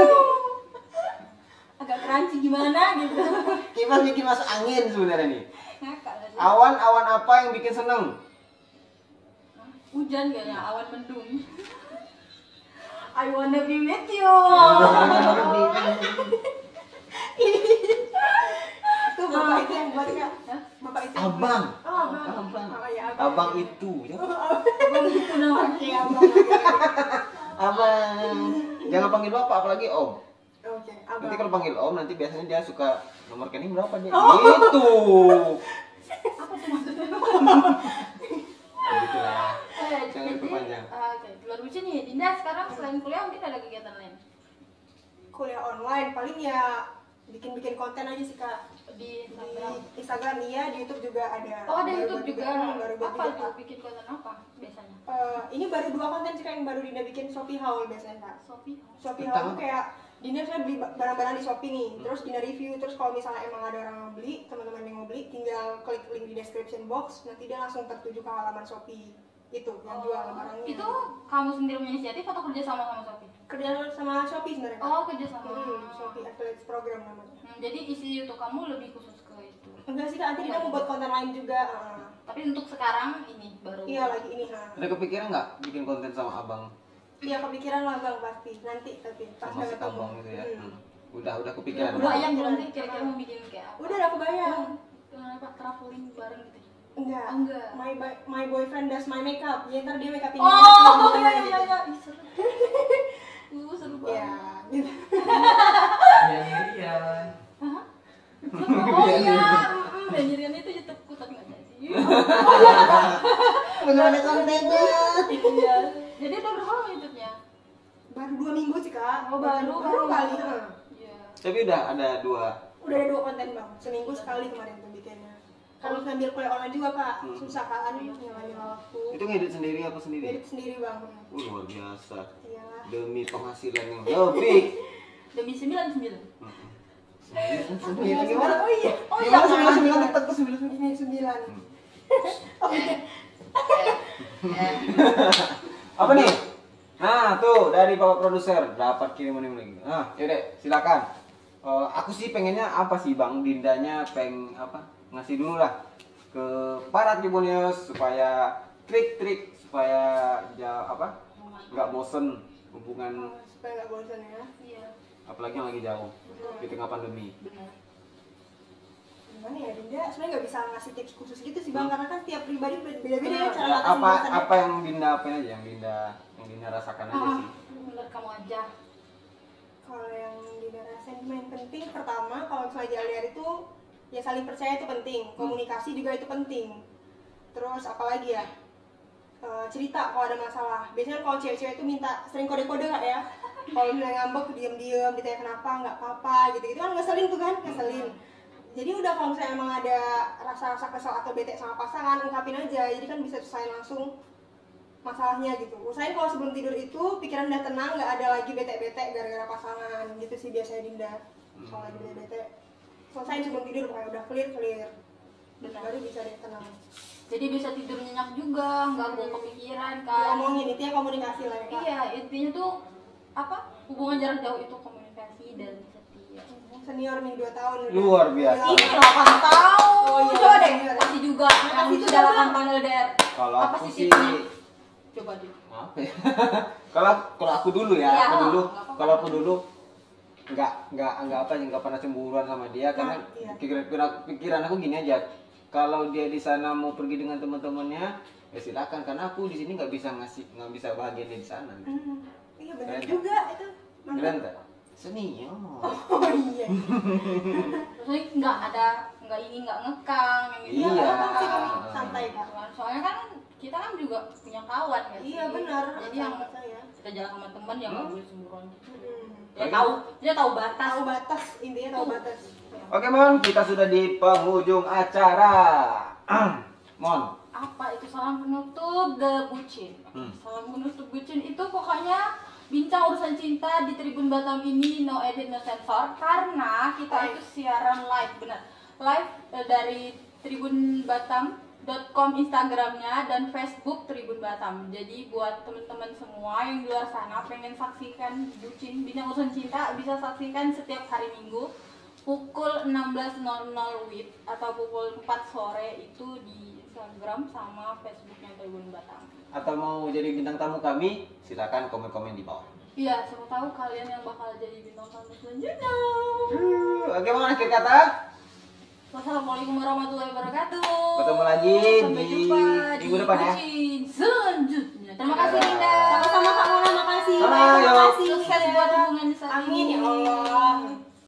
Speaker 2: Agak crunchy gimana gitu.
Speaker 1: Kipas bikin masuk angin sebenarnya nih.
Speaker 2: Ngakak gak sih?
Speaker 1: Awan apa yang bikin seneng?
Speaker 2: Hujan kayaknya, awan mendung. I wanna be with you.
Speaker 3: Itu bapak itu yang buat kak.
Speaker 2: Hah?
Speaker 3: Bapak itu.
Speaker 1: Abang.
Speaker 3: Oh abang. Oh iya abang.
Speaker 1: Abang itu ya.
Speaker 2: Abang itu namanya.
Speaker 3: Oke abang.
Speaker 1: Abang. Jangan panggil bapak apalagi om.
Speaker 3: Oke abang.
Speaker 1: Nanti kalau panggil om nanti biasanya dia suka nomor rekening berapa dia. Gitu.
Speaker 2: Apa tuh maksudnya?
Speaker 1: Begitulah. Jangan
Speaker 2: Jadi,
Speaker 1: diperpanjang.
Speaker 2: oke, luar lucu nih. Dinda sekarang selain kuliah mungkin ada kegiatan lain
Speaker 3: Kuliah online paling ya bikin konten aja sih kak.
Speaker 2: di
Speaker 3: Di
Speaker 2: Instagram.
Speaker 3: Instagram iya, di YouTube juga ada.
Speaker 2: Oh ada
Speaker 3: Baru
Speaker 2: YouTube
Speaker 3: buat
Speaker 2: juga.
Speaker 3: baru buat
Speaker 2: Apa
Speaker 3: juga,
Speaker 2: tuh
Speaker 3: Kak.
Speaker 2: bikin konten apa biasanya?
Speaker 3: Ini baru 2 konten sih kak yang baru Dinda bikin Shopee haul biasanya kak.
Speaker 2: Shopee.
Speaker 3: Shopee
Speaker 1: Tentang
Speaker 3: haul tuh kayak Dinda saya beli barang-barang di Shopee nih, terus Dinda review, terus kalau misalnya emang ada orang yang mau beli, teman-teman yang mau beli, tinggal klik link di description box, nanti dia langsung tertuju ke halaman Shopee itu yang jual barangnya.
Speaker 2: Itu kamu sendiri punya inisiatif atau kerja sama Shopee?
Speaker 3: kerja sama Shopee sebenarnya Kak.
Speaker 2: Oh kerja sama.
Speaker 3: Shopee Affiliate Program namanya.
Speaker 2: Jadi isi YouTube kamu lebih khusus ke itu.
Speaker 3: Enggak sih kak, nanti Dinda mau buat konten lain juga.
Speaker 2: Tapi untuk sekarang ini baru.
Speaker 3: Iya lagi ini
Speaker 1: Ada kepikiran nggak bikin konten sama abang?
Speaker 3: Iya kepikiran lah bang pasti nanti tapi pas
Speaker 1: Sama si
Speaker 3: ketemu.
Speaker 1: abang gitu ya? Udah kepikiran.
Speaker 2: Udah bayang belum sih kira-kira mau bikin kayak apa?
Speaker 3: Udah aku bayang.
Speaker 2: Apa traveling bareng gitu?
Speaker 3: Enggak.
Speaker 2: Oh, enggak.
Speaker 3: My boyfriend does my makeup. Ya ntar dia make upin.
Speaker 2: Oh iya iya iya. Ih, seru. Seru banget.
Speaker 3: Ya, gitu.
Speaker 4: Iya.
Speaker 2: Hah? Oh iya. Banjirian itu YouTubeku tapi nggak jadi.
Speaker 3: Bagaimana kontennya?
Speaker 2: Iya. Jadi udah berapa lama YouTube-nya?
Speaker 3: Baru 2 minggu sih kak.
Speaker 2: Oh, baru
Speaker 3: kali.
Speaker 2: Iya.
Speaker 1: Tapi udah ada 2.
Speaker 3: Udah ada 2 konten bang. Seminggu sekali kemarin tuh bikinnya. Kalau sambil kuliah online juga kak, susah kan nyala waktu.
Speaker 1: Itu ngedit sendiri apa sendiri?
Speaker 3: Edit sendiri bang.
Speaker 1: Luar biasa.
Speaker 3: Iyalah.
Speaker 1: Demi penghasilan yang lebih.
Speaker 2: Demi 99.
Speaker 1: Sembilan gimana?
Speaker 3: Oh iya.
Speaker 2: Oh iya.
Speaker 1: Gimana 9 tetap ke 9.
Speaker 3: Ini 9.
Speaker 1: Apa nih? Nah, tuh dari Bapak produser dapat kiriman ini lagi. Nah, yaudah silakan. Aku sih pengennya apa sih Bang, Dindanya ngasih dulu lah ke para Tribuners supaya trik-trik supaya nggak bosen hubungan,
Speaker 3: supaya nggak bosan ya.
Speaker 2: Iya.
Speaker 1: apalagi yang lagi jauh di tengah pandemi.
Speaker 2: Benar.
Speaker 3: Gimana ya Dinda, sebenarnya nggak bisa ngasih tips khusus gitu sih Bang, karena kan tiap pribadi beda-beda ya cara
Speaker 1: Ya,
Speaker 3: ngatasin bosannya.
Speaker 1: apa yang Dinda apain aja, yang Dinda rasakan aja sih.
Speaker 2: Menurut kamu aja.
Speaker 3: Kalau yang Dinda rasain yang penting pertama kalau misalnya LDR itu ya saling percaya itu penting, komunikasi juga itu penting. Terus apalagi ya, cerita kalau ada masalah. Biasanya kalau cewek-cewek itu minta sering kode-kode nggak ya? Kalau misalnya ngambek diam-diam, ditanya kenapa nggak apa-apa gitu kan ngeselin tuh kan, ngeselin. Jadi udah kalau misalnya emang ada rasa-rasa kesel atau bete sama pasangan, ungkapin aja. Jadi kan bisa selesai langsung masalahnya gitu. Usahain kalau sebelum tidur itu pikiran udah tenang, nggak ada lagi bete-bete gara-gara pasangan gitu sih biasanya Dinda. Kalau lagi bete-bete, selesaiin sebelum tidur pokoknya udah clear.
Speaker 2: Benar.
Speaker 3: Baru bisa deh tenang.
Speaker 2: Jadi bisa tidur nyenyak juga, nggak bawa kepikiran kan.
Speaker 3: Ngomongin intinya komunikasi lah ya Kak.
Speaker 2: Iya, intinya tuh hubungan jarak jauh itu komunikasi dan setia.
Speaker 3: Senior nih 2 tahun udah.
Speaker 1: Luar biasa.
Speaker 2: Ini 8 tahun.
Speaker 3: Oh iya,
Speaker 2: Coba deh,
Speaker 3: senior.
Speaker 2: kasih juga yang
Speaker 3: Kasih
Speaker 2: sudah
Speaker 3: juga.
Speaker 2: 8 tahun LDR.
Speaker 1: Kalau
Speaker 2: Apa
Speaker 1: aku
Speaker 2: sih
Speaker 1: sih
Speaker 2: tipsnya? Coba deh.
Speaker 1: apa ya? kalau aku dulu ya,
Speaker 2: Iya,
Speaker 1: aku dulu
Speaker 2: nggak apa-apa.
Speaker 1: kalau aku dulu nggak pernah cemburuan sama dia karena
Speaker 3: iya.
Speaker 1: pikiran aku gini aja, kalau dia di sana mau pergi dengan teman-temannya ya silakan, karena aku di sini nggak bisa bahagia dia di sana.
Speaker 3: Iya benar
Speaker 1: Keren.
Speaker 3: juga itu.
Speaker 1: Keren tak? Senior.
Speaker 3: Oh iya.
Speaker 2: Maksudnya nggak ngekang yang gitu.
Speaker 1: Iya.
Speaker 3: Santai Kak.
Speaker 2: Soalnya kan kita kan juga punya kawan kan.
Speaker 3: Iya benar.
Speaker 2: Jadi yang
Speaker 3: saya.
Speaker 2: kita jalan sama teman yang nggak boleh cemburuan.
Speaker 1: Baik.
Speaker 2: Dia tahu batas.
Speaker 3: Tahu batas, intinya tahu batas.
Speaker 1: Oke Mon, kita sudah di penghujung acara. Mon,
Speaker 2: Apa itu salam penutup The Bucin? Salam penutup Bucin itu pokoknya bincang urusan cinta di Tribun Batam ini, no edit no sensor, karena kita
Speaker 3: Live.
Speaker 2: itu siaran live, benar live dari tribunbatam.com Instagramnya dan Facebook Tribun Batam. Jadi buat teman-teman semua yang di luar sana pengen saksikan Bucin bincang urusan cinta, bisa saksikan setiap hari Minggu pukul 16.00 WIB atau pukul 4 sore itu di Instagram sama Facebooknya Tribun Batam.
Speaker 1: atau mau jadi bintang tamu kami, silakan komen-komen di bawah.
Speaker 2: Iya, siapa tahu kalian yang bakal jadi bintang tamu selanjutnya.
Speaker 1: Oke Mon, akhir kata.
Speaker 2: Wassalamualaikum warahmatullahi wabarakatuh.
Speaker 1: Ketemu lagi
Speaker 2: Sampai
Speaker 1: di
Speaker 2: jumpa
Speaker 1: minggu depan ya.
Speaker 2: Bucin selanjutnya. Terima kasih
Speaker 1: Dadah.
Speaker 2: Linda.
Speaker 3: Sama-sama Kak Mona, makasih.
Speaker 1: Sama,
Speaker 3: Terima
Speaker 1: yuk.
Speaker 3: kasih.
Speaker 2: Sukses buat hubungan saat
Speaker 3: Amin ya
Speaker 2: ini.
Speaker 3: Allah.